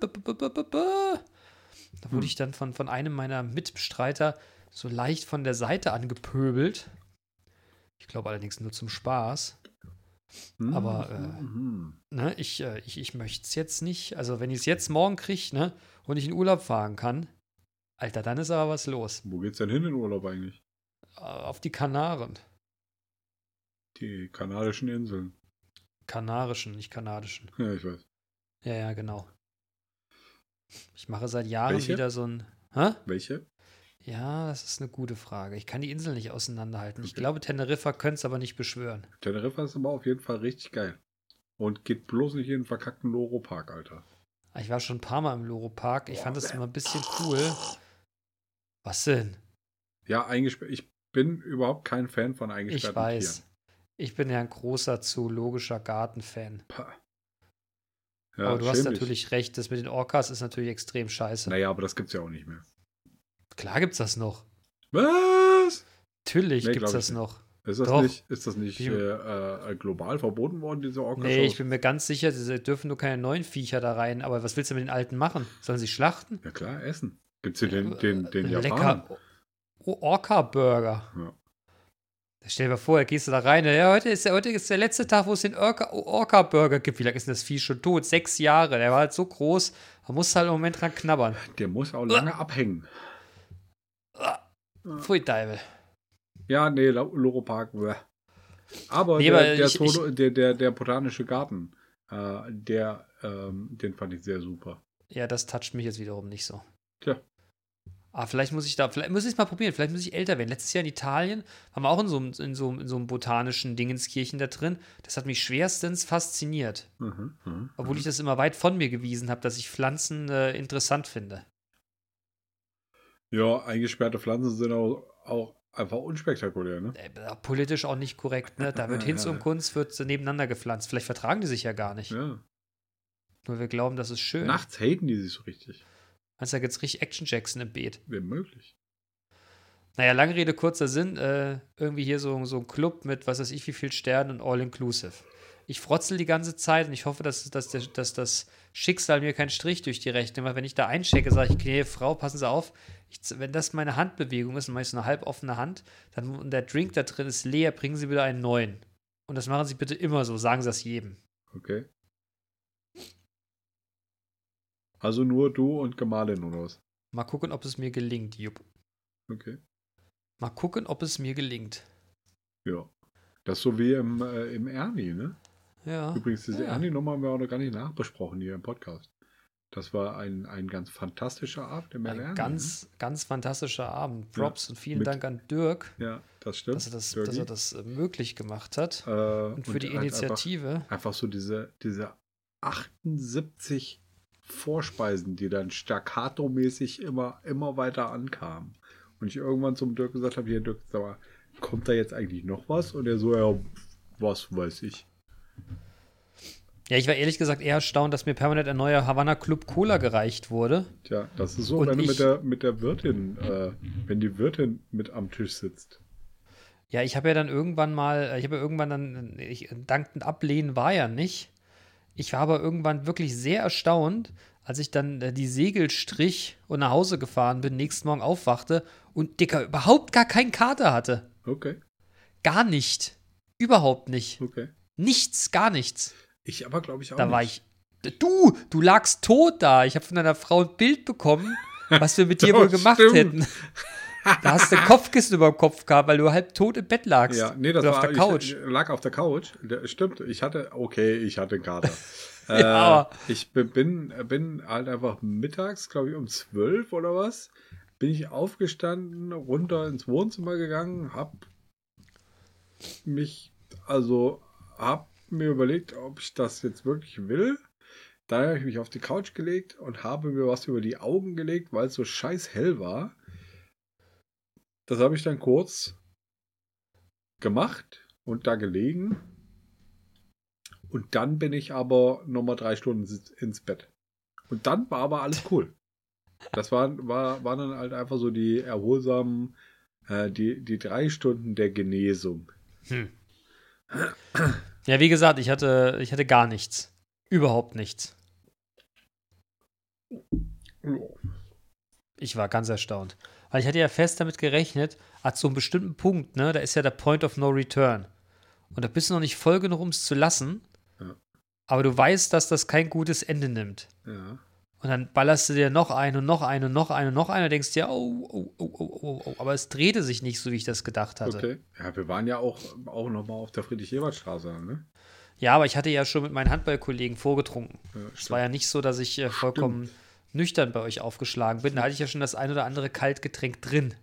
Da wurde ich dann von einem meiner Mitstreiter so leicht von der Seite angepöbelt. Ich glaube allerdings nur zum Spaß. Aber ne, ich möchte es jetzt nicht. Also wenn ich es jetzt morgen kriege, ne, und ich in Urlaub fahren kann, Alter, dann ist aber was los.
Wo geht's denn hin in Urlaub eigentlich?
Auf die Kanaren.
Die Kanarischen Inseln.
Kanarischen, nicht kanadischen.
Ja, ich weiß.
Ja, genau. Ich mache seit Jahren
Welche?
wieder so ein. Hä?
Welche?
Ja, das ist eine gute Frage. Ich kann die Insel nicht auseinanderhalten. Ich
Okay.
glaube, Teneriffa könnte es aber nicht beschwören.
Teneriffa ist aber auf jeden Fall richtig geil. Und geht bloß nicht in den verkackten Loro-Park, Alter.
Ich war schon ein paar Mal im Loro-Park. Ich fand das immer ein bisschen cool. Was denn?
Ja, ich bin überhaupt kein Fan von
Ich
eingesperrten
weiß.
Tieren.
Ich bin ja ein großer zoologischer Garten-Fan.
Pah. Ja,
Aber du hast
schäm dich.
natürlich recht, das mit den Orcas ist natürlich extrem scheiße.
Naja, aber das gibt's ja auch nicht mehr.
Klar gibt's das noch.
Was?
Natürlich
Nee,
gibt's
glaub ich
das
nicht.
noch.
Ist das
Doch.
nicht
Ich-
global verboten worden, diese Orcas?
Nee, ich bin mir ganz sicher, sie dürfen nur keine neuen Viecher da rein. Aber was willst du mit den alten machen? Sollen sie schlachten?
Ja klar, essen. Gibt's hier den Japanern?
Lecker Orca-Burger.
Ja.
Stell dir mal vor, gehst du da rein. Ja, heute ist der letzte Tag, wo es den Orca-Burger gibt. Wie lange ist denn das Vieh schon tot? 6 Jahre. Der war halt so groß. Da musst du halt im Moment dran knabbern.
Der muss auch lange abhängen.
Pfui Deibel.
Ja, nee, Loro-Park. Aber
Nee, aber
der botanische Garten, den fand ich sehr super.
Ja, das toucht mich jetzt wiederum nicht so.
Tja.
Vielleicht muss ich es mal probieren, vielleicht muss ich älter werden. Letztes Jahr in Italien waren wir auch in so einem botanischen Dingenskirchen da drin. Das hat mich schwerstens fasziniert. Obwohl ich das immer weit von mir gewiesen habe, dass ich Pflanzen interessant finde.
Ja, eingesperrte Pflanzen sind auch einfach unspektakulär, ne?
Politisch auch nicht korrekt, ne? Da wird Hinz und Kunz wird nebeneinander gepflanzt. Vielleicht vertragen die sich ja gar nicht.
Ja.
Nur wir glauben, das ist schön.
Nachts haten die sich so richtig.
Also da gibt's richtig Action-Jackson im Beet.
Wäre möglich.
Naja, lange Rede, kurzer Sinn. Irgendwie hier so ein Club mit was weiß ich wie viel Sternen und All-Inclusive. Ich frotzel die ganze Zeit und ich hoffe, dass das Schicksal mir keinen Strich durch die Rechnung macht. Wenn ich da einchecke, sage ich, nee, Frau, passen Sie auf, wenn das meine Handbewegung ist, dann mache ich so eine halboffene Hand, dann und der Drink da drin ist leer, bringen Sie wieder einen neuen. Und das machen Sie bitte immer so, sagen Sie das jedem.
Okay. Also nur du und Gemahlin oder was?
Mal gucken, ob es mir gelingt, Jupp.
Okay.
Mal gucken, ob es mir gelingt.
Ja. Das ist so wie im Ernie, ne?
Ja.
Übrigens, diese
ja.
Ernie-Nummer haben wir auch noch gar nicht nachbesprochen hier im Podcast. Das war ein ganz fantastischer Abend im
Ein
Ernie.
ganz fantastischer Abend. Props und vielen
mit-
Dank an Dirk,
Ja, das stimmt.
dass er das möglich gemacht hat.
und
Und für die
halt
Initiative.
Einfach so diese 78 Vorspeisen, die dann staccato-mäßig immer weiter ankamen. Und ich irgendwann zum Dirk gesagt habe, hier Dirk, sag mal, kommt da jetzt eigentlich noch was? Und er so, ja, was weiß ich.
Ja, ich war ehrlich gesagt eher erstaunt, dass mir permanent ein neuer Havana Club Cola gereicht wurde.
Tja, das ist so,
Und
wenn du
ich-
mit der Wirtin, wenn die Wirtin mit am Tisch sitzt.
Ja, ich habe ja dann irgendwann dankend ablehnen war ja nicht. Ich war aber irgendwann wirklich sehr erstaunt, als ich dann die Segel strich und nach Hause gefahren bin, nächsten Morgen aufwachte und Dicker überhaupt gar keinen Kater hatte.
Okay,
Gar nicht. Überhaupt nicht.
okay.
Nichts, gar nichts.
Ich aber, glaube ich, auch
Da war
nicht.
ich. Du lagst tot da. Ich habe von deiner Frau ein Bild bekommen, was wir mit dir wohl
Das
gemacht
stimmt.
hätten. Da hast du ein Kopfkissen über dem Kopf gehabt, weil du halb tot im Bett lagst.
Ja, nee, das
Oder
war
auf der Couch.
Ich lag auf der Couch. Stimmt, ich hatte einen Kater.
Ja, aber-
Ich bin halt einfach mittags, glaube ich, um 12 oder was, bin ich aufgestanden, runter ins Wohnzimmer gegangen, hab mir überlegt, ob ich das jetzt wirklich will. Dann habe ich mich auf die Couch gelegt und habe mir was über die Augen gelegt, weil es so scheiß hell war. Das habe ich dann kurz gemacht und da gelegen. Und dann bin ich aber nochmal 3 Stunden ins Bett. Und dann war aber alles cool. Das war dann halt einfach so die erholsamen, die 3 Stunden der Genesung.
Ja, wie gesagt, ich hatte gar nichts. Überhaupt nichts. Ich war ganz erstaunt. Weil ich hatte ja fest damit gerechnet, zu einem bestimmten Punkt, ne, da ist ja der Point of No Return. Und da bist du noch nicht voll genug, um es zu lassen.
Ja.
Aber du weißt, dass das kein gutes Ende nimmt.
Ja.
Und dann ballerst du dir noch ein und noch ein und noch ein und noch ein und denkst dir, oh. Aber es drehte sich nicht so, wie ich das gedacht hatte.
Okay. Ja, wir waren ja auch nochmal auf der Friedrich-Ebert-Straße, ne?
Ja, aber ich hatte ja schon mit meinen Handballkollegen vorgetrunken.
Ja,
Es war ja nicht so, dass ich vollkommen nüchtern bei euch aufgeschlagen bin. Da hatte ich ja schon das ein oder andere Kaltgetränk drin.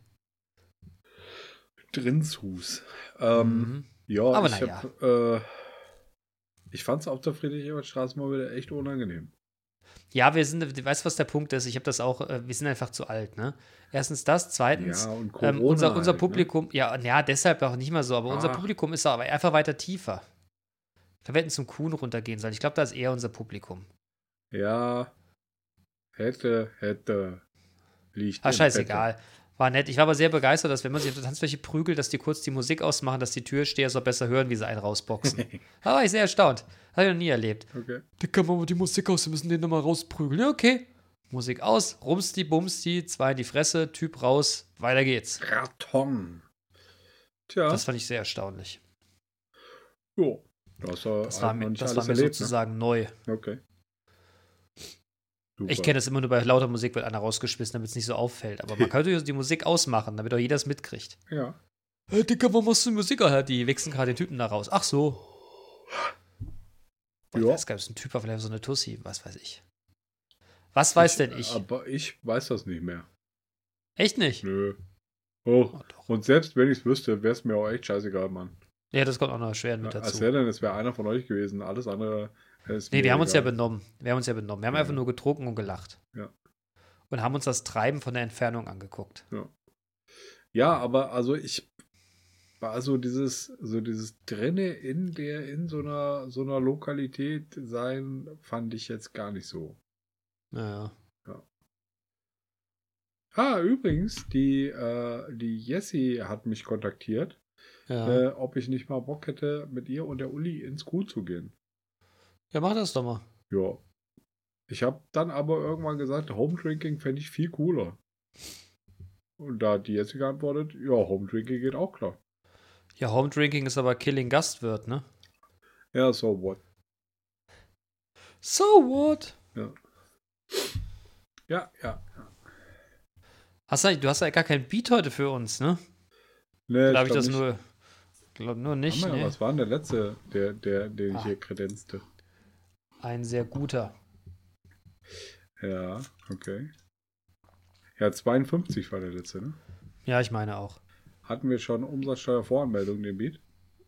Drinshus.
Mhm.
Ja,
Aber
ich
naja.
Ich fand es auf der Friedrich-Ebert-Straße mal wieder echt unangenehm.
Ja, weißt du, was der Punkt ist? Ich habe das auch, wir sind einfach zu alt, ne? Erstens das, zweitens,
Ja, und Corona
unser
halt,
Publikum, ja, deshalb auch nicht mal so, aber unser
Ach.
Publikum ist aber einfach weiter tiefer. Wir hätten zum Kuhn runtergehen sollen. Ich glaube, da ist eher unser Publikum.
Ne? Ja. Hätte. Liegt im
Scheißegal. War nett. Ich war aber sehr begeistert, dass wenn man sich auf der Tanzfläche prügelt, dass die kurz die Musik ausmachen, dass die Türsteher so besser hören, wie sie einen rausboxen. Da war ich sehr erstaunt. Habe ich noch nie erlebt.
Fette. Okay.
Dicker, machen wir die Musik aus, wir müssen den nochmal rausprügeln. Ja, okay. Musik aus, rumsti, bumsti, 2 in die Fresse, Typ raus, weiter geht's.
Karton. Tja.
Das fand ich sehr erstaunlich.
Jo. Das
Das war mir sozusagen neu.
Ne? Okay. Super.
Ich kenne das immer nur bei lauter Musik, wird einer rausgeschmissen, damit es nicht so auffällt. Aber man könnte die Musik ausmachen, damit auch jeder es mitkriegt.
Ja.
Hey, Dicker, warum machst du Musik an? Die wichsen gerade den Typen da raus. Ach so. Ich
Ja.
weiß gar nicht, ist ein Typ, vielleicht so eine Tussi, was weiß ich. Was weiß denn ich?
Aber ich weiß das nicht mehr.
Echt nicht?
Nö. Oh.
Oh, doch.
Und selbst wenn ich es wüsste, wäre es mir auch echt scheißegal, Mann.
Ja, das kommt auch noch erschwerend mit
Als
dazu.
wäre denn, es wäre einer von euch gewesen. Alles andere ist
Nee,
mir
wir haben uns ja
egal.
benommen. Wir haben
Ja.
einfach nur getrunken und gelacht.
Ja.
Und haben uns das Treiben von der Entfernung angeguckt.
Ja. Ja, aber also ich war so dieses drinne in so einer Lokalität sein, fand ich jetzt gar nicht so.
Naja.
Ja. Übrigens, die Jessie hat mich kontaktiert,
Ja.
ob ich nicht mal Bock hätte, mit ihr und der Uli ins Crew zu gehen.
Ja, mach das doch mal.
Ja. Ich habe dann aber irgendwann gesagt, Home Drinking fände ich viel cooler. Und da hat die Jessie geantwortet, ja, Home Drinking geht auch klar.
Ja, Home Drinking ist aber Killing Gastwirt, ne?
Ja, so what.
So what?
Ja. Ja.
Du hast ja gar kein Beat heute für uns, ne?
Nee,
Glaube ich
glaub
das
nicht.
nur. Glaube nur nicht,
Hammer,
ne?
was war denn der letzte, den ich hier kredenzte?
Ein sehr guter.
Ja, okay. Ja, 52 war der letzte, ne?
Ja, ich meine auch.
Hatten wir schon Umsatzsteuervoranmeldung, den Beat?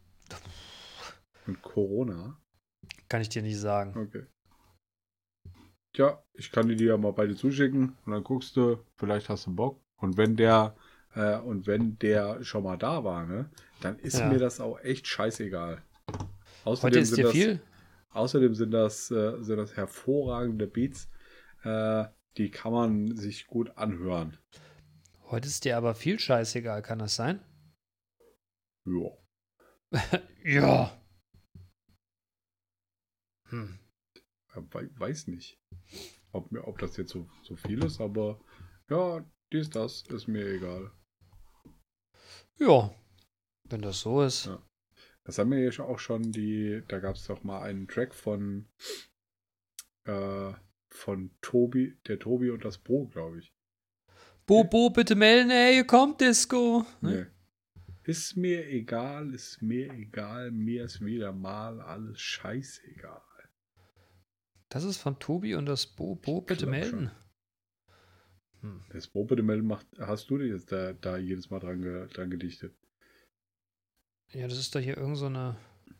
Und Corona?
Kann ich dir nicht sagen.
Okay. Tja, ich kann dir die ja mal beide zuschicken und dann guckst du, vielleicht hast du Bock. Und wenn der schon mal da war, ne, dann ist
Ja.
mir das auch echt scheißegal.
Heute ist dir viel?
Außerdem sind das hervorragende Beats, die kann man sich gut anhören.
Heute ist dir aber viel scheißegal, kann das sein?
Ja.
Ja.
Weiß nicht, ob das jetzt so viel ist, aber ja, das ist mir egal.
Ja. Wenn das so ist.
Ja. Das haben wir ja auch schon da gab es doch mal einen Track von Tobi, der Tobi und das Bo, glaube ich.
Bo, bitte melden, ey, hier kommt Disco. Ne?
Nee. Ist mir egal, mir ist wieder mal alles scheißegal.
Das ist von Tobi und das Bo, bitte melden.
Das Bo, bitte melden hast du dir jetzt da jedes Mal dran gedichtet.
Ja, das ist doch hier irgend so eine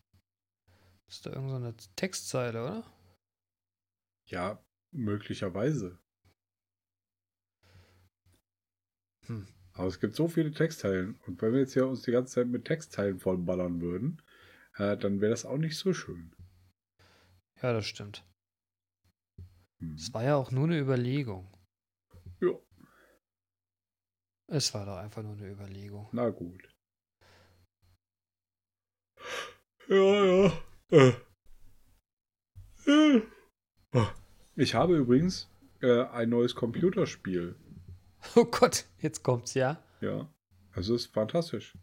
Textzeile, oder?
Ja, möglicherweise. Aber es gibt so viele Textteilen. Und wenn wir jetzt hier uns die ganze Zeit mit Textteilen vollballern würden, dann wäre das auch nicht so schön.
Ja, das stimmt. Es war ja auch nur eine Überlegung.
Ja.
Es war doch einfach nur eine Überlegung.
Na gut. Ja. Ich habe übrigens ein neues Computerspiel.
Oh Gott, jetzt kommt's, ja?
Ja. Es ist fantastisch.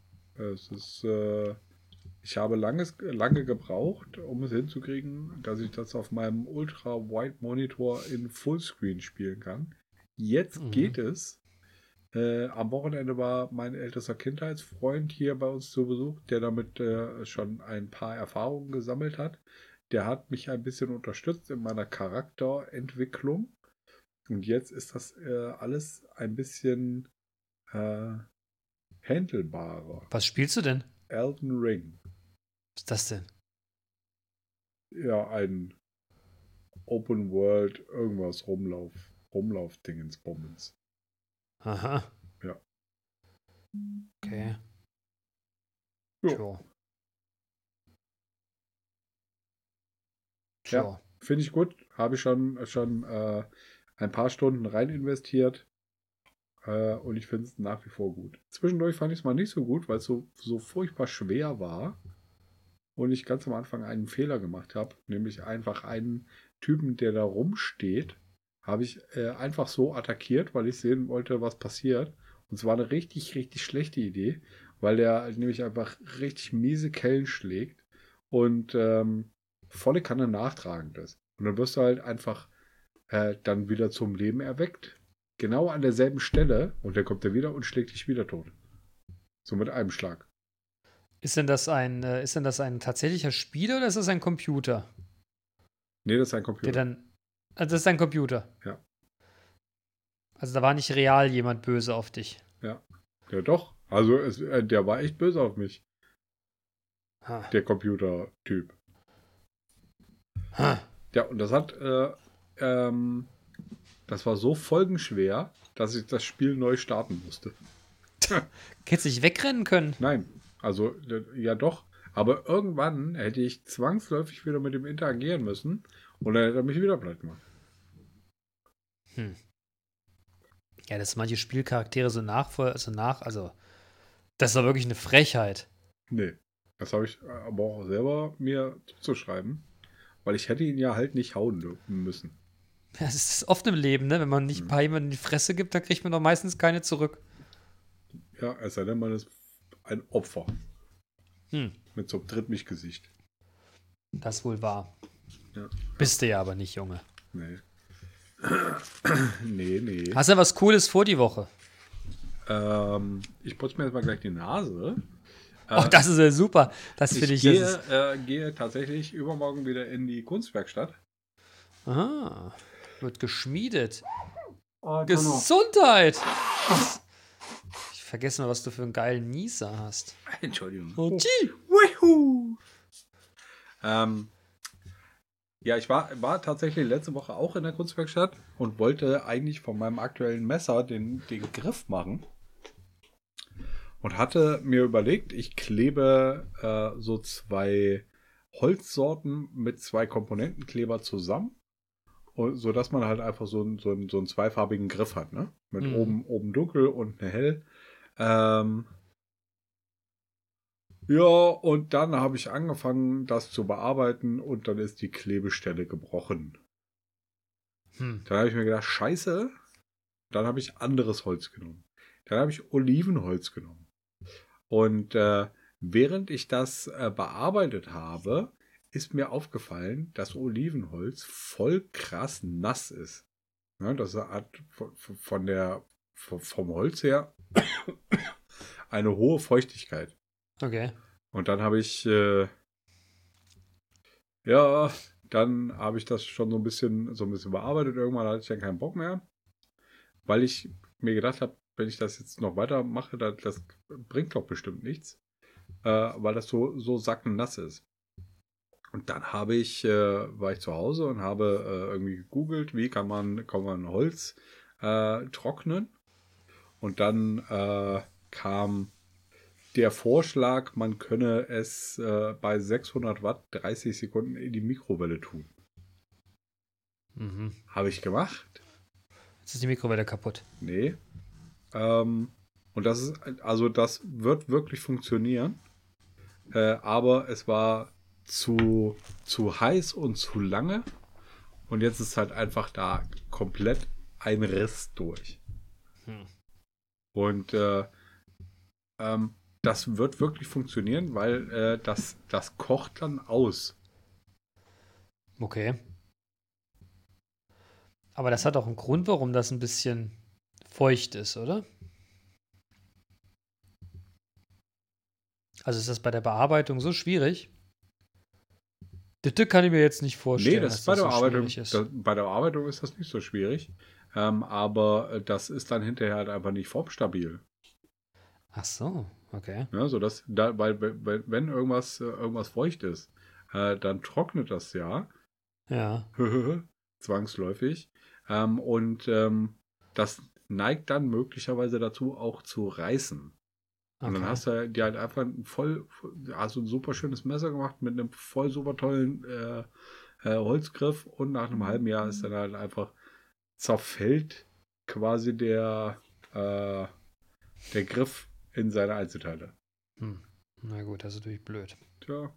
Ich habe lange gebraucht, um es hinzukriegen, dass ich das auf meinem Ultra-Wide-Monitor in Fullscreen spielen kann. Jetzt geht es. Am Wochenende war mein ältester Kindheitsfreund hier bei uns zu Besuch, der damit schon ein paar Erfahrungen gesammelt hat. Der hat mich ein bisschen unterstützt in meiner Charakterentwicklung. Und jetzt ist das alles ein bisschen handelbarer.
Was spielst du denn?
Elden Ring.
Was ist das denn?
Ja, ein Open World, irgendwas Rumlauf-Dingens-Bombens.
Aha.
Ja.
Okay.
Jo.
Tja.
Ja, finde ich gut. Habe ich schon ein paar Stunden rein investiert. Und ich finde es nach wie vor gut. Zwischendurch fand ich es mal nicht so gut, weil es so furchtbar schwer war. Und ich ganz am Anfang einen Fehler gemacht habe. Nämlich einfach einen Typen, der da rumsteht, habe ich einfach so attackiert, weil ich sehen wollte, was passiert. Und es war eine richtig, richtig schlechte Idee, weil der nämlich einfach richtig miese Kellen schlägt und volle Kanne nachtragend ist. Und dann wirst du halt einfach dann wieder zum Leben erweckt. Genau an derselben Stelle. Und der kommt dann wieder und schlägt dich wieder tot. So mit einem Schlag.
Ist denn das ein tatsächlicher Spieler oder ist das ein Computer?
Nee, das ist ein Computer.
Das ist ein Computer.
Ja.
Also da war nicht real jemand böse auf dich.
Ja. Ja, doch. Also der war echt böse auf mich. Der Computertyp. Ja, und das war so folgenschwer, dass ich das Spiel neu starten musste.
Hättest nicht wegrennen können.
Nein, also ja doch. Aber irgendwann hätte ich zwangsläufig wieder mit ihm interagieren müssen und dann hätte er mich wieder platt gemacht.
Ja, dass manche Spielcharaktere so also das ist doch wirklich eine Frechheit.
Nee, das habe ich aber auch selber mir zuzuschreiben, weil ich hätte ihn ja halt nicht hauen müssen.
Ja, das ist oft im Leben, ne? Wenn man nicht ein paar jemanden in die Fresse gibt, dann kriegt man doch meistens keine zurück.
Ja, es sei denn, man ist ein Opfer. Mit so einem Tritt-mich-Gesicht.
Das wohl wahr.
Ja.
Bist du ja aber nicht, Junge.
Nee. Nee.
Hast du was Cooles vor die Woche?
Ich putze mir jetzt mal gleich die Nase.
Oh, das ist ja super. Das finde ich.
Gehe tatsächlich übermorgen wieder in die Kunstwerkstatt.
Wird geschmiedet.
Oh,
Gesundheit! Ich vergesse mal, was du für einen geilen Nieser hast.
Entschuldigung.
Oh,
ja, ich war tatsächlich letzte Woche auch in der Kunstwerkstatt und wollte eigentlich von meinem aktuellen Messer den Griff machen. Und hatte mir überlegt, ich klebe so 2 Holzsorten mit 2 Komponentenkleber zusammen, sodass man halt einfach so einen zweifarbigen Griff hat, ne? Mit oben dunkel und hell. Ja, und dann habe ich angefangen, das zu bearbeiten und dann ist die Klebestelle gebrochen. Dann habe ich mir gedacht, scheiße. Dann habe ich anderes Holz genommen. Dann habe ich Olivenholz genommen. Und während ich das bearbeitet habe, ist mir aufgefallen, dass Olivenholz voll krass nass ist. Ja, das hat vom Holz her eine hohe Feuchtigkeit.
Okay.
Und dann habe ich dann habe ich das schon so ein bisschen bearbeitet. Irgendwann hatte ich dann keinen Bock mehr, weil ich mir gedacht habe, wenn ich das jetzt noch weiter mache, das bringt doch bestimmt nichts, weil das so sackennass ist. Und dann war ich zu Hause und habe irgendwie gegoogelt, wie kann man Holz trocknen. Und dann kam der Vorschlag, man könne es bei 600 Watt 30 Sekunden in die Mikrowelle tun. Habe ich gemacht.
Jetzt ist die Mikrowelle kaputt.
Nee. Und das wird wirklich funktionieren. Aber es war zu heiß und zu lange. Und jetzt ist halt einfach da komplett ein Riss durch. Und das wird wirklich funktionieren, weil das kocht dann aus.
Okay. Aber das hat auch einen Grund, warum das ein bisschen feucht ist, oder? Also ist das bei der Bearbeitung so schwierig? Das kann ich mir jetzt nicht vorstellen.
Nee, das ist bei der
so
Bearbeitung.
schwierig ist.
Bei der Bearbeitung ist das nicht so schwierig. Aber das ist dann hinterher halt einfach nicht formstabil.
Ach so, okay.
Ja, weil wenn irgendwas feucht ist, dann trocknet das ja.
Ja.
Zwangsläufig. Das neigt dann möglicherweise dazu, auch zu reißen. Und dann hast du dir halt einfach ein super schönes Messer gemacht mit einem voll super tollen Holzgriff und nach einem halben Jahr ist dann halt einfach zerfällt quasi der Griff in seine Einzelteile.
Na gut, das ist natürlich blöd.
Tja.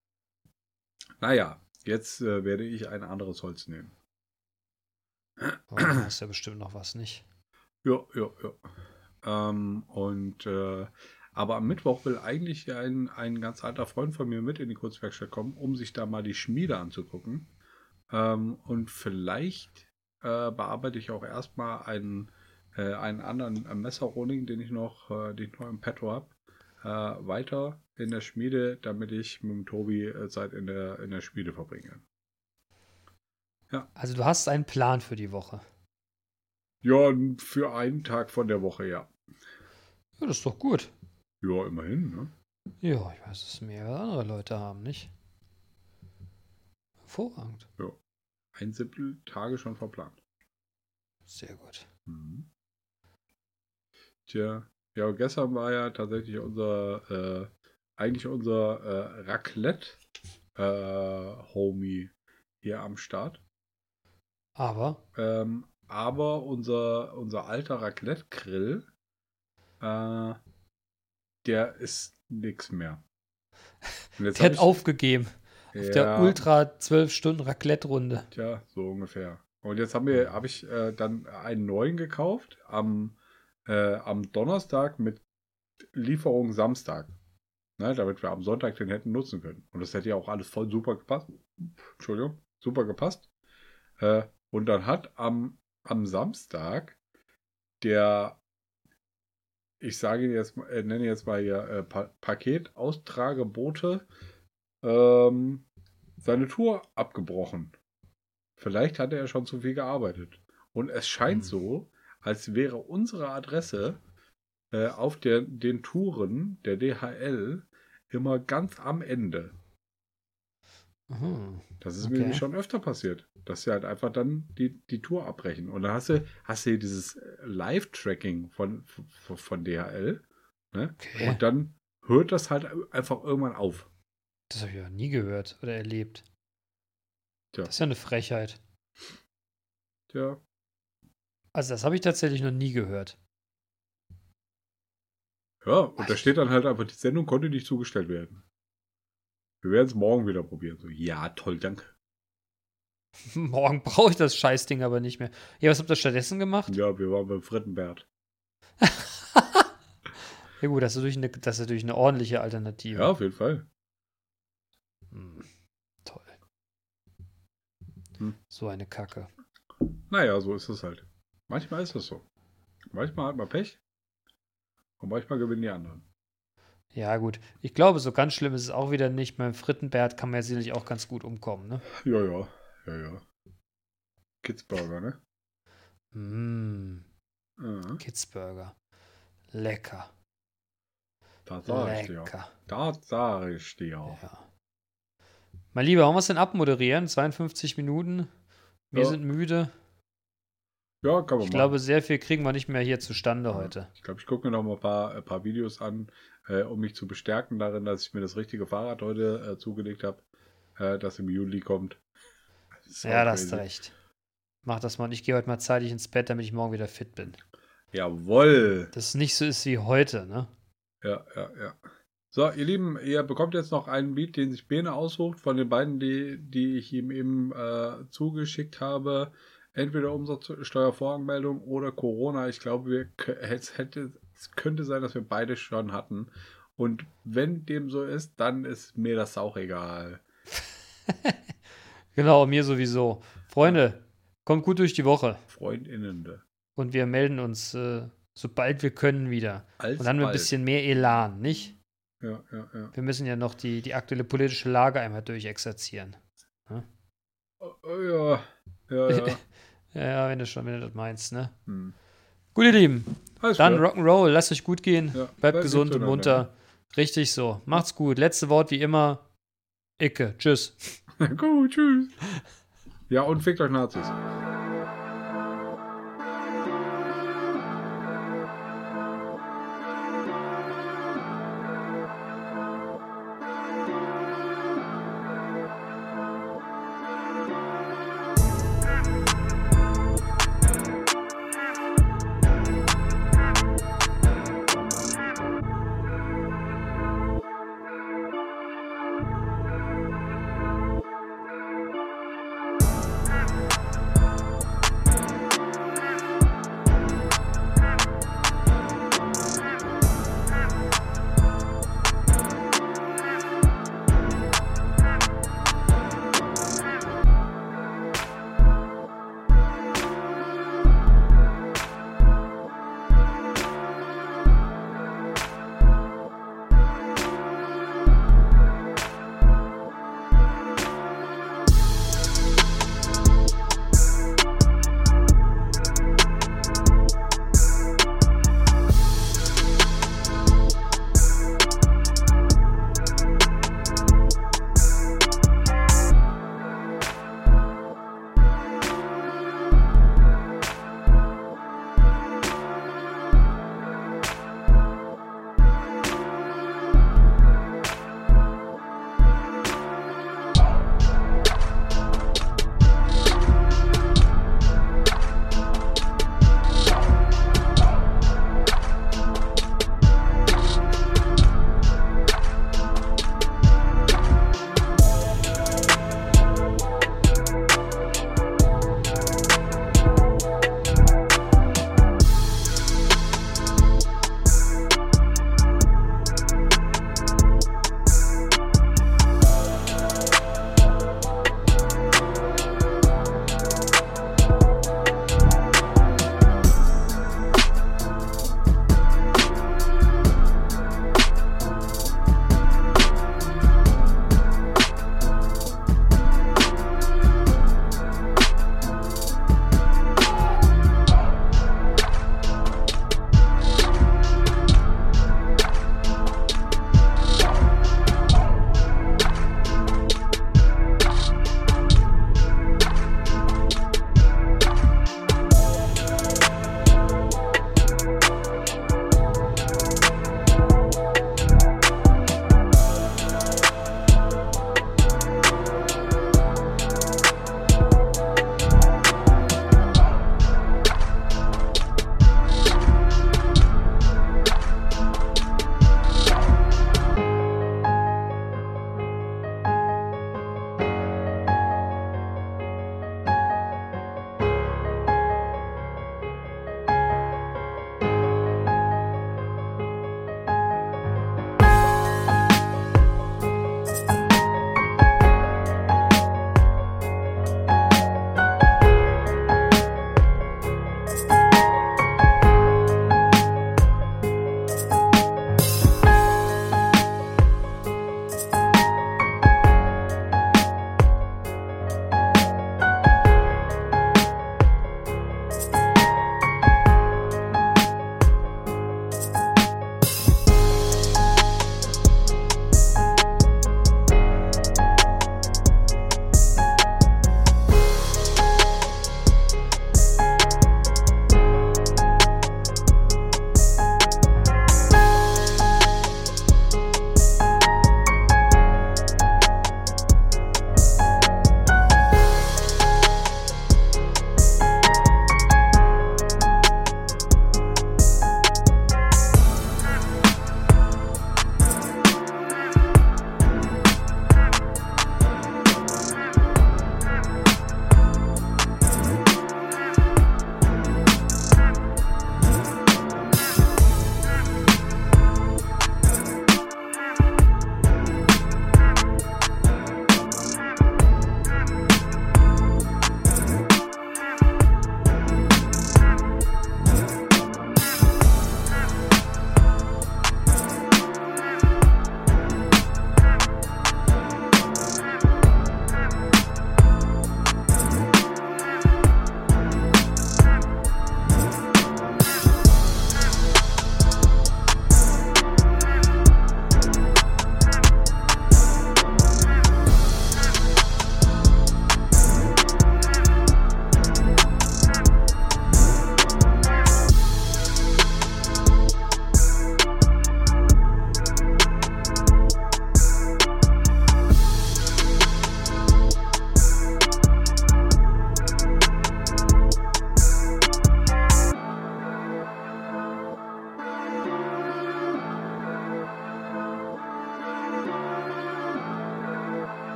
Naja, jetzt werde ich ein anderes Holz nehmen.
Oh, da hast ja bestimmt noch was, nicht?
Ja. Aber am Mittwoch will eigentlich ein ganz alter Freund von mir mit in die Kunstwerkstatt kommen, um sich da mal die Schmiede anzugucken. Und vielleicht bearbeite ich auch erstmal einen anderen Messerrohling, den ich noch im Petto habe, weiter in der Schmiede, damit ich mit dem Tobi Zeit in der Schmiede verbringe. Ja.
Also du hast einen Plan für die Woche.
Ja, für einen Tag von der Woche, ja.
Ja, das ist doch gut.
Ja, immerhin, ne?
Ja, ich weiß, dass mehrere andere Leute haben, nicht? Hervorragend.
Ja. 1/7 Tage schon verplant.
Sehr gut.
Tja, Ja, und gestern war ja tatsächlich unser Raclette-Homie hier am Start.
Aber
Aber unser alter Raclette-Grill, der ist nix mehr. Und jetzt
der
hab
hat aufgegeben. Auf der
ja,
Ultra 12 Stunden Raclette-Runde.
tja, so ungefähr. Und jetzt habe ich dann einen neuen gekauft am Donnerstag mit Lieferung Samstag. Ne, damit wir am Sonntag den hätten nutzen können. Und das hätte ja auch alles voll super gepasst. Entschuldigung, super gepasst. Und dann hat am Samstag der, ich nenne jetzt mal hier Paketaustragebote, seine Tour abgebrochen. Vielleicht hat er schon zu viel gearbeitet. Und es scheint so, als wäre unsere Adresse auf den Touren der DHL immer ganz am Ende. Das ist mir nämlich schon öfter passiert, dass sie halt einfach dann die Tour abbrechen. Und dann hast du hier dieses Live-Tracking von DHL. Ne?
Okay.
Und dann hört das halt einfach irgendwann auf.
Das habe ich ja nie gehört oder erlebt.
Tja.
Das ist ja eine Frechheit.
Tja.
Also das habe ich tatsächlich noch nie gehört.
Ja, und da steht dann halt einfach, die Sendung konnte nicht zugestellt werden. Wir werden es morgen wieder probieren. So, ja, toll, danke.
Morgen brauche ich das Scheißding aber nicht mehr. Ja, was habt ihr stattdessen gemacht?
Ja, wir waren beim Frittenbert.
Ja gut, das ist natürlich eine ordentliche Alternative.
Ja, auf jeden Fall.
Toll.
Hm.
So eine Kacke.
Naja, so ist es halt. Manchmal ist es so. Manchmal hat man Pech und manchmal gewinnen die anderen.
Ja gut, ich glaube, so ganz schlimm ist es auch wieder nicht. Beim Frittenbert kann man ja sicherlich auch ganz gut umkommen, ne?
Ja. Kidsburger, ne?
Kidsburger. Lecker.
Da sag ich dir.
Lecker.
Da sag ich dir.
Ja. Mein Lieber, wollen wir es denn abmoderieren? 52 Minuten. Wir
Ja.
sind müde.
Ja, kann man
Ich
machen.
glaube, sehr viel kriegen wir nicht mehr hier zustande heute.
Ich glaube, ich gucke mir noch mal ein paar Videos an, um mich zu bestärken darin, dass ich mir das richtige Fahrrad heute zugelegt habe, das im Juli kommt.
Ja, da hast du recht. Mach das mal. Ich gehe heute mal zeitig ins Bett, damit ich morgen wieder fit bin.
Jawohl.
Dass es nicht so ist wie heute, ne?
Ja. So, ihr Lieben, ihr bekommt jetzt noch einen Beat, den sich Bene aussucht, von den beiden, die ich ihm eben zugeschickt habe. Entweder Umsatzsteuervoranmeldung oder Corona. Ich glaube, es könnte sein, dass wir beide schon hatten. Und wenn dem so ist, dann ist mir das auch egal.
Genau, mir sowieso. Freunde, kommt gut durch die Woche.
Freundinnen.
Und wir melden uns, sobald wir können, wieder. Und dann mit ein bisschen mehr Elan, nicht?
Ja.
Wir müssen ja noch die aktuelle politische Lage einmal durchexerzieren.
Ja.
Ja, wenn du das meinst, ne? Gut, ihr Lieben.
Alles
Dann
klar.
Rock'n'Roll, lasst euch gut gehen.
Ja,
Bleibt gesund und
miteinander.
munter. Richtig so. Macht's gut. Letzte Wort wie immer. Icke. Tschüss.
Gut, tschüss. Ja, und fickt euch Nazis.